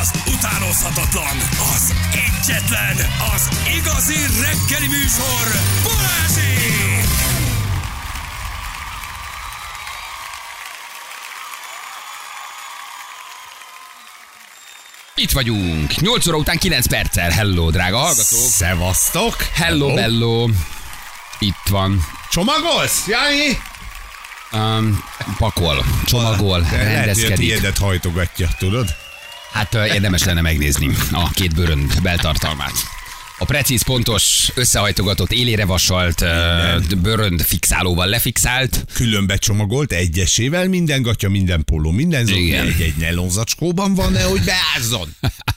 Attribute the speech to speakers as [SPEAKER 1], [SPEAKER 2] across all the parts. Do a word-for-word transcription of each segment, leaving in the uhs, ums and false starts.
[SPEAKER 1] az utánozhatatlan, az egyetlen, az igazi reggeli műsor, Balázsék!
[SPEAKER 2] Itt vagyunk, nyolc óra után kilenc perccel. Hello, drága hallgatók.
[SPEAKER 3] Szevasztok.
[SPEAKER 2] Hello, hello, bello. Itt van.
[SPEAKER 3] Csomagolsz, Jani?
[SPEAKER 2] Um, pakol, csomagol, rendezkedik.
[SPEAKER 3] Lehet, hogy a tiédet hajtogatja, tudod?
[SPEAKER 2] Hát uh, érdemes lenne megnézni a két bőrönd beltartalmát. A precíz, pontos, összehajtogatott, élére vasalt, uh, bőrönd fixálóval lefixált.
[SPEAKER 3] Külön becsomagolt, egyesével, minden gatya, minden póló, minden zokni egy-egy nelonzacskóban van, nehogy beázzon.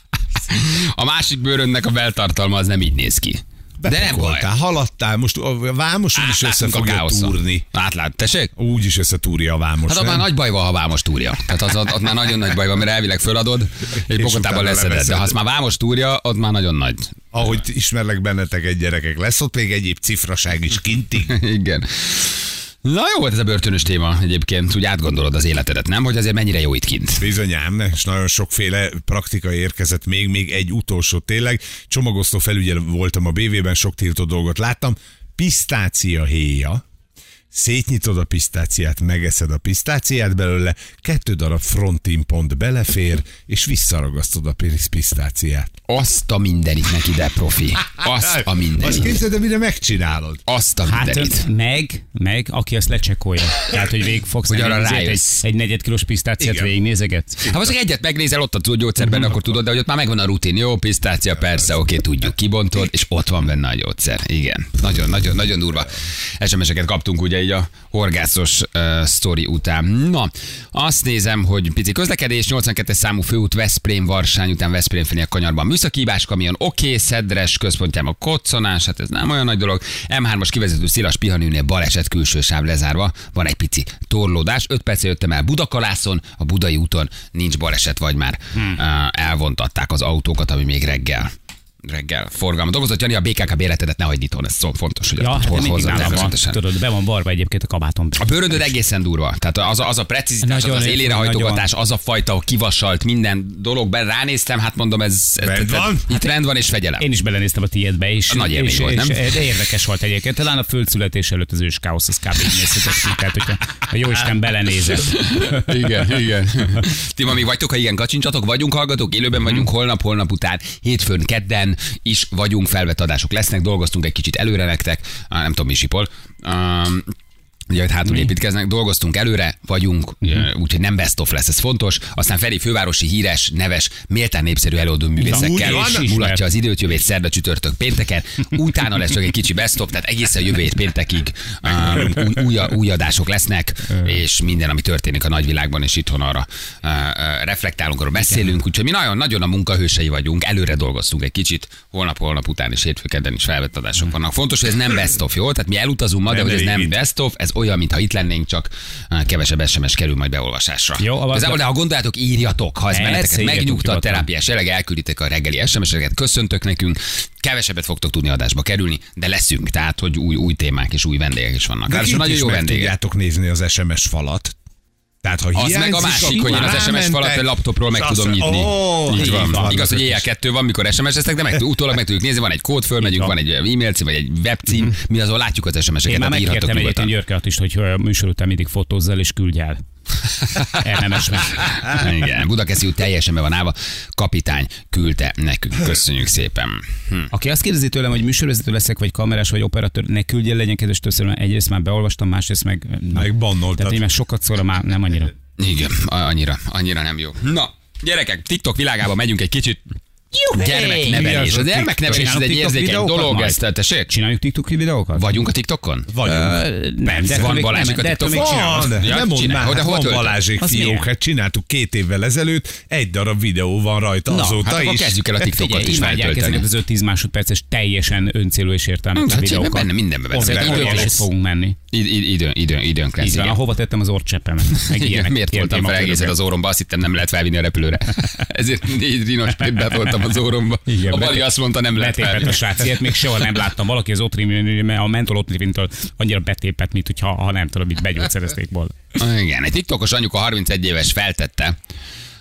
[SPEAKER 2] A másik bőröndnek a beltartalma az nem így néz ki. De nem baj.
[SPEAKER 3] Haladtál, most a vámos úgyis össze fogja túrni.
[SPEAKER 2] Átlát, tessék?
[SPEAKER 3] Úgy is összetúrja a vámos.
[SPEAKER 2] Hát ott már nagy baj van, ha vámos túrja. Tehát az, ott, ott már nagyon nagy baj van, mert elvileg föladod, egy pokotában leszeded. De ha azt már vámos túrja, ott már nagyon nagy.
[SPEAKER 3] Ahogy ismerlek benneteket, gyerekek, lesz ott még egyéb cifraság is kinti.
[SPEAKER 2] Igen. Na jó volt ez a börtönös téma egyébként, úgy átgondolod az életedet, nem? Hogy azért mennyire jó itt kint.
[SPEAKER 3] Bizonyám, és nagyon sokféle praktika érkezett még, még egy utolsó tényleg. Csomagosztó felügyelő voltam a bé vében, sok tiltó dolgot láttam. Pisztácia héja. Szétnyitod a pisztáciát, megeszed a pisztáciát belőle, kettő darab frontimpont belefér, és visszaragasztod a pisztáciát.
[SPEAKER 2] Azt a mindenit neki, de profi. Azt a mindenit.
[SPEAKER 3] Azt képzeld, de mire megcsinálod.
[SPEAKER 2] Azt a mindenit.
[SPEAKER 4] Hát meg, meg, aki azt lecsekkolja. Tehát, hogy végig fogsz
[SPEAKER 2] hogy arra
[SPEAKER 4] egy, egy negyed kilós pisztáciát végignézegetsz.
[SPEAKER 2] Ha most egyet megnézel, ott a gyógyszer benne, akkor tudod, de hogy ott már megvan a rutin. Jó, pisztácia, persze, oké, tudjuk, kibontod, és ott van benne a gyógyszer. Igen. Nagyon, nagyon, nagyon durva. es em es-eket kaptunk ugye így a horgászos uh, sztori után. Na, azt nézem, hogy pici közlekedés, nyolcvankettes számú főút Veszprém-Varsány után Veszprém felé a kanyarban műszaki hibás kamion, oké, okay, Szedres központjában koccanás, hát ez nem olyan nagy dolog. em hármas kivezető Szilas Pihenőnél baleset, külső sáv lezárva, van egy pici torlódás. öt percre jöttem el Budakalászon, a Budai úton nincs baleset, vagy már hmm. uh, elvontatták az autókat, ami még reggel. reggel forgalma. Dolgozott, Jani, a bé ká ká béletedet ne hagyd itthon, ez szó fontos, hogy
[SPEAKER 4] ja,
[SPEAKER 2] azt hol hozzá természetesen.
[SPEAKER 4] Tudod, be van varva egyébként a kabáton.
[SPEAKER 2] A bőröndöd egészen durva. Tehát az a, az a precizitás, az, az élére hajtogatás, az a fajta kivasalt minden dologban. Ránéztem, hát mondom, ez...
[SPEAKER 3] Rend van?
[SPEAKER 2] Itt rend van és fegyelem.
[SPEAKER 4] Én is belenéztem a tiédbe is.
[SPEAKER 2] Nagy élmény
[SPEAKER 4] és,
[SPEAKER 2] volt, nem?
[SPEAKER 4] És, de érdekes volt egyébként. Talán a földszületés előtt az ős káosz, az kb. Így nézhetett ki. Tehát, hogyha a jóisten belenézett.
[SPEAKER 2] Igen, igen. Ti ma még vagytok, ha igen, kacsincsatok, vagyunk hallgatók, élőben vagyunk holnap, holnap után, hétfőn, kedden is vagyunk, felvett adások lesznek, dolgoztunk egy kicsit előre nektek, nem tudom, mi sipol. Um, Ugye, hogy hátul építkeznek, dolgoztunk előre, vagyunk, uh-huh. úgyhogy nem best of lesz, ez fontos. Aztán Feri fővárosi híres, neves, méltán népszerű előadó művészekkel mulatja az időt, jövő szerda, csütörtök, pénteken. Utána lesz csak egy kicsi best of, tehát egészen jövő hét péntekig um, új, új, új adások lesznek, és minden, ami történik a nagyvilágban, és itthon arra uh, uh, reflektálunk, arról beszélünk. Úgyhogy mi nagyon, nagyon a munkahősei vagyunk, előre dolgoztunk egy kicsit, holnap, holnap után és hétfő kedden is felvett adások vannak. Fontos, hogy ez nem best of, jó? Tehát mi elutazunk ma, de hogy ez nem best of, ez olyan, mintha itt lennénk, csak kevesebb es em es kerül majd beolvasásra. Jó, de ha gondoljátok, írjatok, ha ez benneteket megnyugtat, terápiás jelleg, elkülditek a reggeli es em es-eket, köszöntök nekünk, kevesebbet fogtok tudni adásba kerülni, de leszünk, tehát, hogy új, új témák és új vendégek is vannak.
[SPEAKER 3] De nagyon jó vendégek. Tudjátok nézni az es em es falat. Tehát, ha
[SPEAKER 2] az meg a másik, hogy én az es em es falat egy laptopról meg tudom nyitni. Oh, így van. van. Igaz, hogy éjjel kettő van, mikor es em es-eztek, de meg, utólag meg tudjuk nézni, van egy kód, fölmegyünk, van egy e-mail cím, vagy egy webcím, mm-hmm. mi azon látjuk az es em es-eket.
[SPEAKER 4] Én már megkértem egyébként Györke Attist, hogy a műsor után mindig fotózzál és küldj el. Elnemes meg.
[SPEAKER 2] Igen, Budakeszi út teljesen be van állva. Kapitány küldte nekünk. Köszönjük szépen. Hm.
[SPEAKER 4] Aki azt kérdezi tőlem, hogy műsorvezető leszek, vagy kamerás, vagy operatőr, ne küldjél, legyen kedves többször, mert egyrészt már beolvastam, másrészt meg...
[SPEAKER 3] Meg bannoltad.
[SPEAKER 4] Tehát én már sokat szóra már nem annyira.
[SPEAKER 2] Igen, annyira, annyira nem jó. Na, gyerekek, TikTok világába megyünk egy kicsit. Gyermeknevelés. A gyermeknevelés ez egy érzékeny dolog, ezt tessék.
[SPEAKER 4] Csináljuk TikTok videókat?
[SPEAKER 2] Vagyunk a TikTokon?
[SPEAKER 3] Vagyunk.
[SPEAKER 2] Persze, van Balázsik a TikTokon.
[SPEAKER 3] Van, nem mondd már, hát van Balázsék fiók, hát csináltuk két évvel ezelőtt, egy darab videó van rajta azóta is.
[SPEAKER 2] Hát akkor kezdjük el a TikTokot is feltölteni.
[SPEAKER 4] Ezeket az öt-tíz másodperces teljesen öncélú és értelmetlen videókat.
[SPEAKER 2] Benne mindenbe beszélünk.
[SPEAKER 4] fogunk menni.
[SPEAKER 2] Időn, időn, időnk lesz.
[SPEAKER 4] Így van, ahova tettem az orrcsepemet.
[SPEAKER 2] Miért voltam fel egészet az orromba? Azt hittem, nem lehet felvinni a repülőre. Ezért így rinos betoltam az orromba. Igen, a Bali azt mondta, nem lehet felvinni.
[SPEAKER 4] A srác, ilyet még soha nem láttam. Valaki az Otrim, a mentol Otrimtől annyira betépett, mint hogyha ha nem tudom, mit begyógyszerezték volna.
[SPEAKER 2] Igen, egy TikTokos anyuka harmincegy éves feltette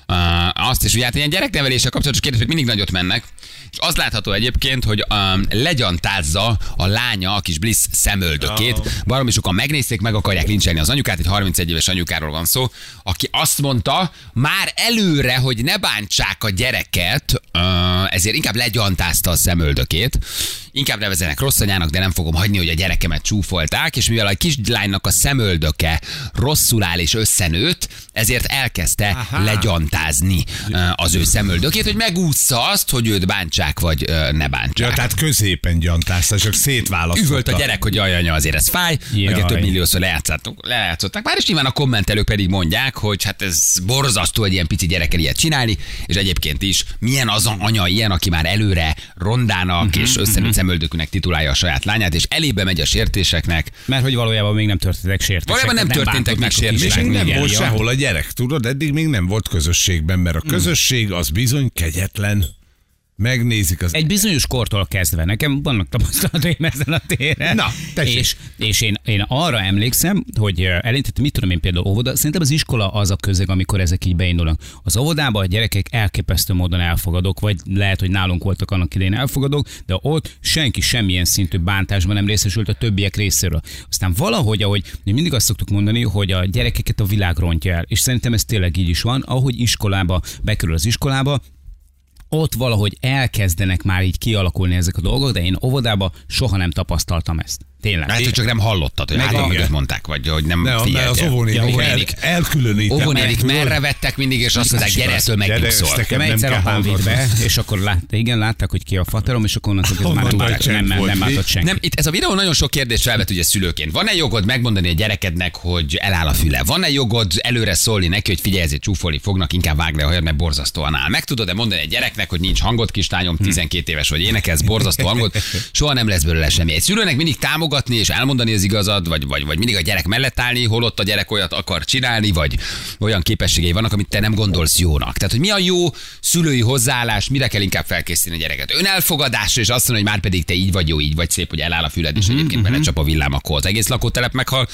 [SPEAKER 2] Uh, azt is, hogy hát ilyen gyerekneveléssel kapcsolatos kérdések mindig nagyot mennek, és az látható egyébként, hogy um, legyantázza a lánya a kis Bliss szemöldökét. Oh. Baromi sokan megnézték, meg akarják lincselni az anyukát, egy harmincegy éves anyukáról van szó, aki azt mondta már előre, hogy ne bántsák a gyereket, uh, ezért inkább legyantázta a szemöldökét. Inkább nevezenek rossz anyának, de nem fogom hagyni, hogy a gyerekemet csúfolták, és mivel a kislánynak a szemöldöke rosszul áll és összenőtt, ezért elkezdte Aha. legyantázni az ő szemöldökét, hogy megúszza azt, hogy őt bántsák, vagy ne bántsák.
[SPEAKER 3] Ja, tehát középen gyantázta, csak szétválasztotta.
[SPEAKER 2] Üvölt a gyerek, hogy jaj, anya, azért ez fáj, meg több milliószor lejátszották, lejátszották már, és nyilván a kommentelők pedig mondják, hogy hát ez borzasztó, hogy ilyen pici gyerekkel ilyet csinálni, és egyébként is milyen az a anya ilyen, aki már előre rondának uh-huh, és összenőtt uh-huh. szemöldökűnek titulálja a saját lányát, és elébe megy a sértéseknek.
[SPEAKER 4] Mert hogy valójában még nem történtek sértések.
[SPEAKER 2] Valójában nem, nem történtek meg sértések.
[SPEAKER 3] Még nem volt sehol a gyerek, tudod, eddig még nem volt közösségben, mert a közösség az bizony kegyetlen. Megnézik az...
[SPEAKER 4] Egy bizonyos kortól kezdve, nekem vannak tapasztalataim ezen a téren.
[SPEAKER 3] Na,
[SPEAKER 4] és, és én, én arra emlékszem, hogy elindítottam, mit tudom én például óvoda, szerintem az iskola az a közeg, amikor ezek így beindulnak. Az óvodában a gyerekek elképesztő módon elfogadók, vagy lehet, hogy nálunk voltak annak idején elfogadók, de ott senki semmilyen szintű bántásban nem részesült a többiek részéről. Aztán valahogy, ahogy mindig azt szoktuk mondani, hogy a gyerekeket a világ rontja el, és szerintem ez tényleg így is van, ahogy iskolába bekerül az iskolába, ott valahogy elkezdenek már így kialakulni ezek a dolgok, de én óvodában soha nem tapasztaltam ezt. Tényleg.
[SPEAKER 2] Hát, hogy csak nem hallottad, hogy hátam mögött mondták, vagy hogy nem
[SPEAKER 3] ne,
[SPEAKER 2] figyeltél.
[SPEAKER 3] Az óvónénik ja, el, elkülönítem.
[SPEAKER 2] Óvónénik merre vettek mindig, és azt mondták, gyere, ettől megnyugszol.
[SPEAKER 4] De egyszer apám vitt be, és akkor látta, igen, látták, hogy ki a faterom, és akkor onnantól ez már tudták, nem, nem, nem látott senki. Nem,
[SPEAKER 2] itt ez a videó nagyon sok kérdést felvet ugye szülőként. Van-e jogod megmondani a gyerekednek, hogy eláll a füle? Van-e jogod előre szólni neki, hogy figyelj, ezért csúfolni fognak, inkább vágd le a hajad, mert borzasztóan áll. Meg tudod-e mondani egy gyereknek, hogy nincs hangod, kislányom, tizenkét éves vagy énekelsz, borzasztó hangot, soha nem lesz belőle semmi. Egy szülőnek mindig támogatni és elmondani az igazad, vagy, vagy, vagy mindig a gyerek mellett állni, holott a gyerek olyat akar csinálni, vagy olyan képességei vannak, amit te nem gondolsz jónak. Tehát, hogy mi a jó szülői hozzáállás, mire kell inkább felkészíteni a gyereket. Önelfogadásra, és azt mondja, hogy már pedig te így vagy jó, így vagy szép, hogy eláll a füled, és egyébként belecsap a villám, akkor az egész lakótelep meghal.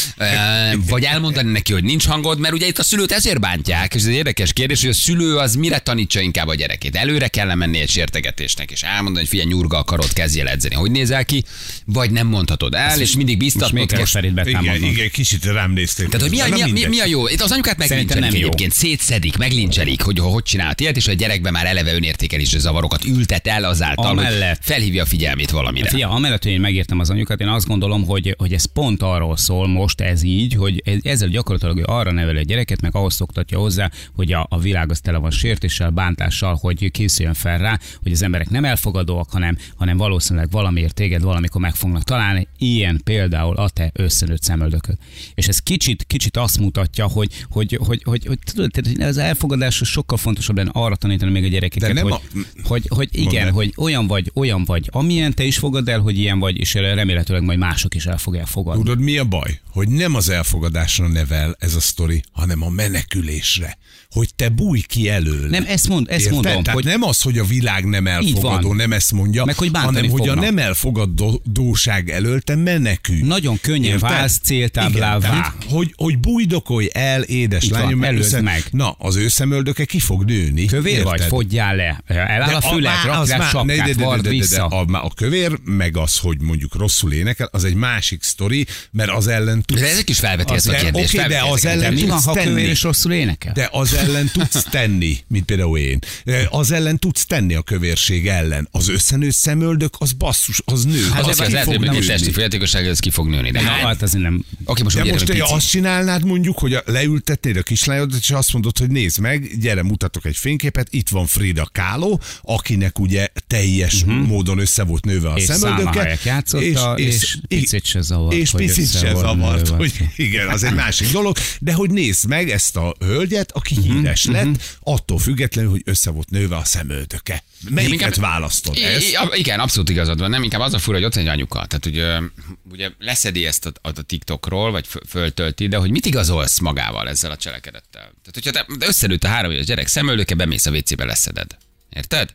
[SPEAKER 2] Vagy elmondani neki, hogy nincs hangod, mert ugye itt a szülőt ezért bántják, és ez egy érdekes kérdés, hogy a szülő az mire tanítsa inkább a gyerekét. Előre kell menni egy sértegetésnek, és elmondani, hogy figyelj, nyurga a karod, kezdjél edzeni. Hogy nézel ki, vagy nem mondhatod el, és mindig biztatnod kell.
[SPEAKER 3] Igen, igen, kicsit rám néztél.
[SPEAKER 2] Tehát, hogy mi a, mi, a, mi, mi a jó? Itt az anyukát meglincselik egyébként, szétszedik, meglincselik, hogy hogy csinált ilyet, és a gyerekben már eleve önértékelési zavarokat ültet el azáltal, amellett, hogy felhívja a figyelmét valamire.
[SPEAKER 4] Figyelj, amellett, hogy én megértem az anyukat, én azt gondolom, hogy, hogy ez pont arról szól most ez így, hogy ezzel gyakorlatilag arra neveli a gyereket, meg ahhoz szoktatja hozzá, hogy a, a világ az tele van sértéssel, bántással, hogy készüljön fel rá, hogy az emberek nem elfogadóak, hanem, hanem valószínűleg valamiért téged valamikor meg fognak találni. Ilyen például a te összenőtt szemöldököd. És ez kicsit, kicsit azt mutatja, hogy, hogy, hogy, hogy, hogy tudod, az elfogadás sokkal fontosabb lenne arra tanítani még a gyerekeket, hogy, a... hogy, hogy igen, hogy olyan vagy, olyan vagy, amilyen te is fogad el, hogy ilyen vagy, és remélhetőleg majd mások is el fogják fogadni.
[SPEAKER 3] Tudod, mi a baj? Hogy nem az elfogadásra nevel ez a sztori, hanem a menekülésre. Hogy te bújj ki előle.
[SPEAKER 4] Nem, ezt, mond, ezt mondom.
[SPEAKER 3] Tehát
[SPEAKER 4] hogy...
[SPEAKER 3] nem az, hogy a világ nem elfogadó, nem ezt mondja,
[SPEAKER 4] meg, hogy
[SPEAKER 3] hanem hogy
[SPEAKER 4] fognak.
[SPEAKER 3] A nem elfogadóság elől te menekülj.
[SPEAKER 4] Nagyon könnyen
[SPEAKER 3] Érted?
[SPEAKER 4] Válsz céltáblává.
[SPEAKER 3] Hogy, hogy bújdokolj el, édes lányom,
[SPEAKER 4] előzd meg.
[SPEAKER 3] Na, az ő szemöldöke ki fog nőni.
[SPEAKER 4] Kövér
[SPEAKER 3] érted?
[SPEAKER 4] vagy, fogyjál le. Eláll a füled, rakd rá sapkát, vard vissza.
[SPEAKER 3] A, a kövér, meg az, hogy mondjuk rosszul énekel, az egy másik sztori, mert az ellen tudsz...
[SPEAKER 2] De ezek is felveti ezt a kérdést.
[SPEAKER 3] Oké, de az ellen
[SPEAKER 4] mi van,
[SPEAKER 3] tudsz
[SPEAKER 4] ha
[SPEAKER 3] tenni.
[SPEAKER 4] kövér és rosszul énekel?
[SPEAKER 3] De az ellen tudsz tenni, mint például én. Az ellen tudsz tenni a kövérség ellen. Az összenőtt szemöldök, az basszus, az nő.
[SPEAKER 2] Hát az, az, az
[SPEAKER 3] ki fog
[SPEAKER 2] nőni. Testi fogyatékosság, ez ki fog nőni. De,
[SPEAKER 4] hát, hát azért nem...
[SPEAKER 2] Okay, most
[SPEAKER 3] de most te azt csinálnád mondjuk, hogy leültetnéd a kislányodat, és azt mondod, hogy nézd meg, gyere, mutatok egy fényképet, itt van Frida Kahlo, akinek ugye teljes uh-huh. módon össze volt nőve a
[SPEAKER 4] és
[SPEAKER 3] szemöldöke.
[SPEAKER 4] játszotta, és, és, és picit se zavart.
[SPEAKER 3] És picit se zavart, hogy igen, az egy másik dolog, de hogy nézd meg ezt a hölgyet, aki uh-huh. híres lett, uh-huh. attól függetlenül, hogy össze volt nőve a szemöldöke. Melyiket inkább, választod? Ezt?
[SPEAKER 2] Igen, abszolút igazad van. Nem, inkább az a fura, hogy ott egy anyuka. Tehát ugye, ugye leszedi ezt a, a TikTokról, vagy föltölti, de hogy mit igazolsz magával ezzel a cselekedettel? Tehát, hogyha te összenőtt a három éves gyerek szemöldöke, bemész a vécébe, leszeded. Érted?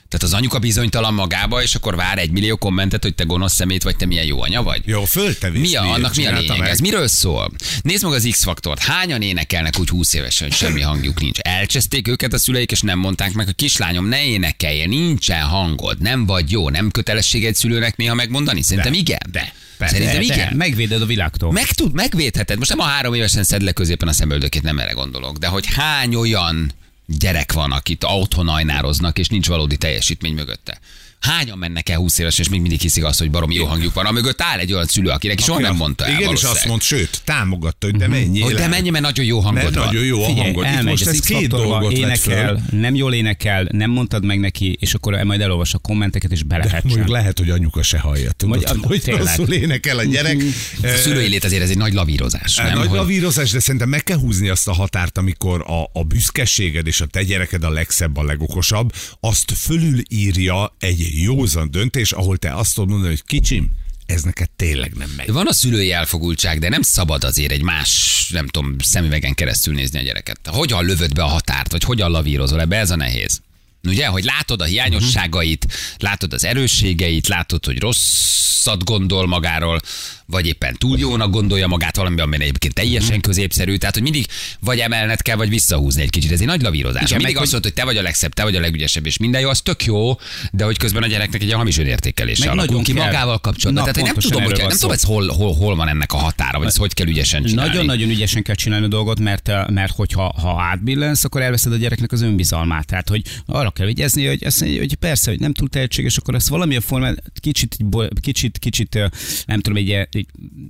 [SPEAKER 2] Tehát az anyuka bizonytalan magába, és akkor vár egy millió kommentet, hogy te gonosz szemét vagy, te milyen jó anya vagy.
[SPEAKER 3] Jó, föltevés.
[SPEAKER 2] Mi a, annak mi a lényeg? Ez miről szól? Nézd meg az X-faktort. Hányan énekelnek úgy húsz évesen, hogy semmi hangjuk nincs? Elcseszték őket a szüleik, és nem mondták meg, hogy kislányom, ne énekelje, nincsen hangod, nem vagy jó, nem kötelesség egy szülőnek néha megmondani? Szerintem
[SPEAKER 3] De.
[SPEAKER 2] igen.
[SPEAKER 3] De.
[SPEAKER 2] Szerintem
[SPEAKER 4] De,
[SPEAKER 2] igen.
[SPEAKER 4] megvéded a világtól.
[SPEAKER 2] Meg tud, megvédheted. Most nem a három évesen szed le középen a szemöldökét, nem erre gondolok. De hogy hány olyan gyerek van, akit otthon ajnároznak, és nincs valódi teljesítmény mögötte. Hányan mennek el húsz évesen, és még mindig hiszik azt, hogy baromi jó hangjuk van. Amögött áll egy olyan szülő, akinek soha nem mondta el.
[SPEAKER 3] Igen, és azt mondta, sőt, támogatta, hogy de menjél.
[SPEAKER 2] Hogy de menj, mert nagyon jó hangod
[SPEAKER 3] Mert
[SPEAKER 2] van.
[SPEAKER 3] nagyon jó a
[SPEAKER 4] Figyelj,
[SPEAKER 3] hangod. Itt
[SPEAKER 4] elmegy
[SPEAKER 3] most
[SPEAKER 4] az
[SPEAKER 3] ez két
[SPEAKER 4] X-faktorba,
[SPEAKER 3] dolgot vett
[SPEAKER 4] énekel,
[SPEAKER 3] föl.
[SPEAKER 4] nem jól énekel, nem mondtad meg neki, és akkor majd elolvas a kommenteket, és
[SPEAKER 3] De
[SPEAKER 4] belehetsen.
[SPEAKER 3] mondjuk lehet, hogy anyuka se hallja, tudod,
[SPEAKER 4] Vagy-
[SPEAKER 3] hogy
[SPEAKER 4] tényleg.
[SPEAKER 3] rosszul énekel a gyerek.
[SPEAKER 2] A szülői lét azért ez egy nagy lavírozás.
[SPEAKER 3] Nem,
[SPEAKER 2] Nem?
[SPEAKER 3] nagy
[SPEAKER 2] Hogy-
[SPEAKER 3] lavírozás, de szerintem meg kell húzni azt a határt, amikor a, a büszkeséged és a te gyereked a legszebb, a legokosabb, azt fölülírja egy józan döntés, ahol te azt tudod mondani, hogy kicsim, ez neked tényleg nem megy.
[SPEAKER 2] Van a szülői elfogultság, de nem szabad azért egy más, nem tudom, szemüvegen keresztül nézni a gyereket. Hogyan lövöd be a határt, vagy hogyan lavírozol ebbe, ez a nehéz. Ugye, hogy látod a hiányosságait, látod az erősségeit, látod, hogy rosszat gondol magáról, vagy éppen túl jónak gondolja magát valamiben, amely egyébként teljesen középszerű, tehát hogy mindig vagy emelned kell, vagy visszahúzni egy kicsit. Ez egy nagy lavírozás.
[SPEAKER 4] Igen,
[SPEAKER 2] Mindig
[SPEAKER 4] meg,
[SPEAKER 2] azt mondod, hogy te vagy a legszebb, te vagy a legügyesebb, és minden jó, az tök jó, de hogy közben a gyereknek egy ilyen hamis önértékelése
[SPEAKER 4] Meg
[SPEAKER 2] alakul
[SPEAKER 4] nagyon
[SPEAKER 2] ki
[SPEAKER 4] kell.
[SPEAKER 2] magával kapcsolatban.
[SPEAKER 4] Na,
[SPEAKER 2] Tehát én nem
[SPEAKER 4] pontosan
[SPEAKER 2] tudom, hogy
[SPEAKER 4] erről
[SPEAKER 2] nem
[SPEAKER 4] van
[SPEAKER 2] tudom, ez hol, hol, hol van ennek a határa, vagy ezt hogy kell ügyesen csinálni.
[SPEAKER 4] Nagyon-nagyon ügyesen kell csinálni a dolgot, mert, mert hogyha ha átbillensz, akkor elveszed a gyereknek az önbizalmát. Tehát, hogy arra kell vigyezni, hogy, azt mondja, hogy persze, hogy nem túl tehetséges, akkor ezt valamilyen formán kicsit, kicsit, kicsit, nem tudom, egy, egy,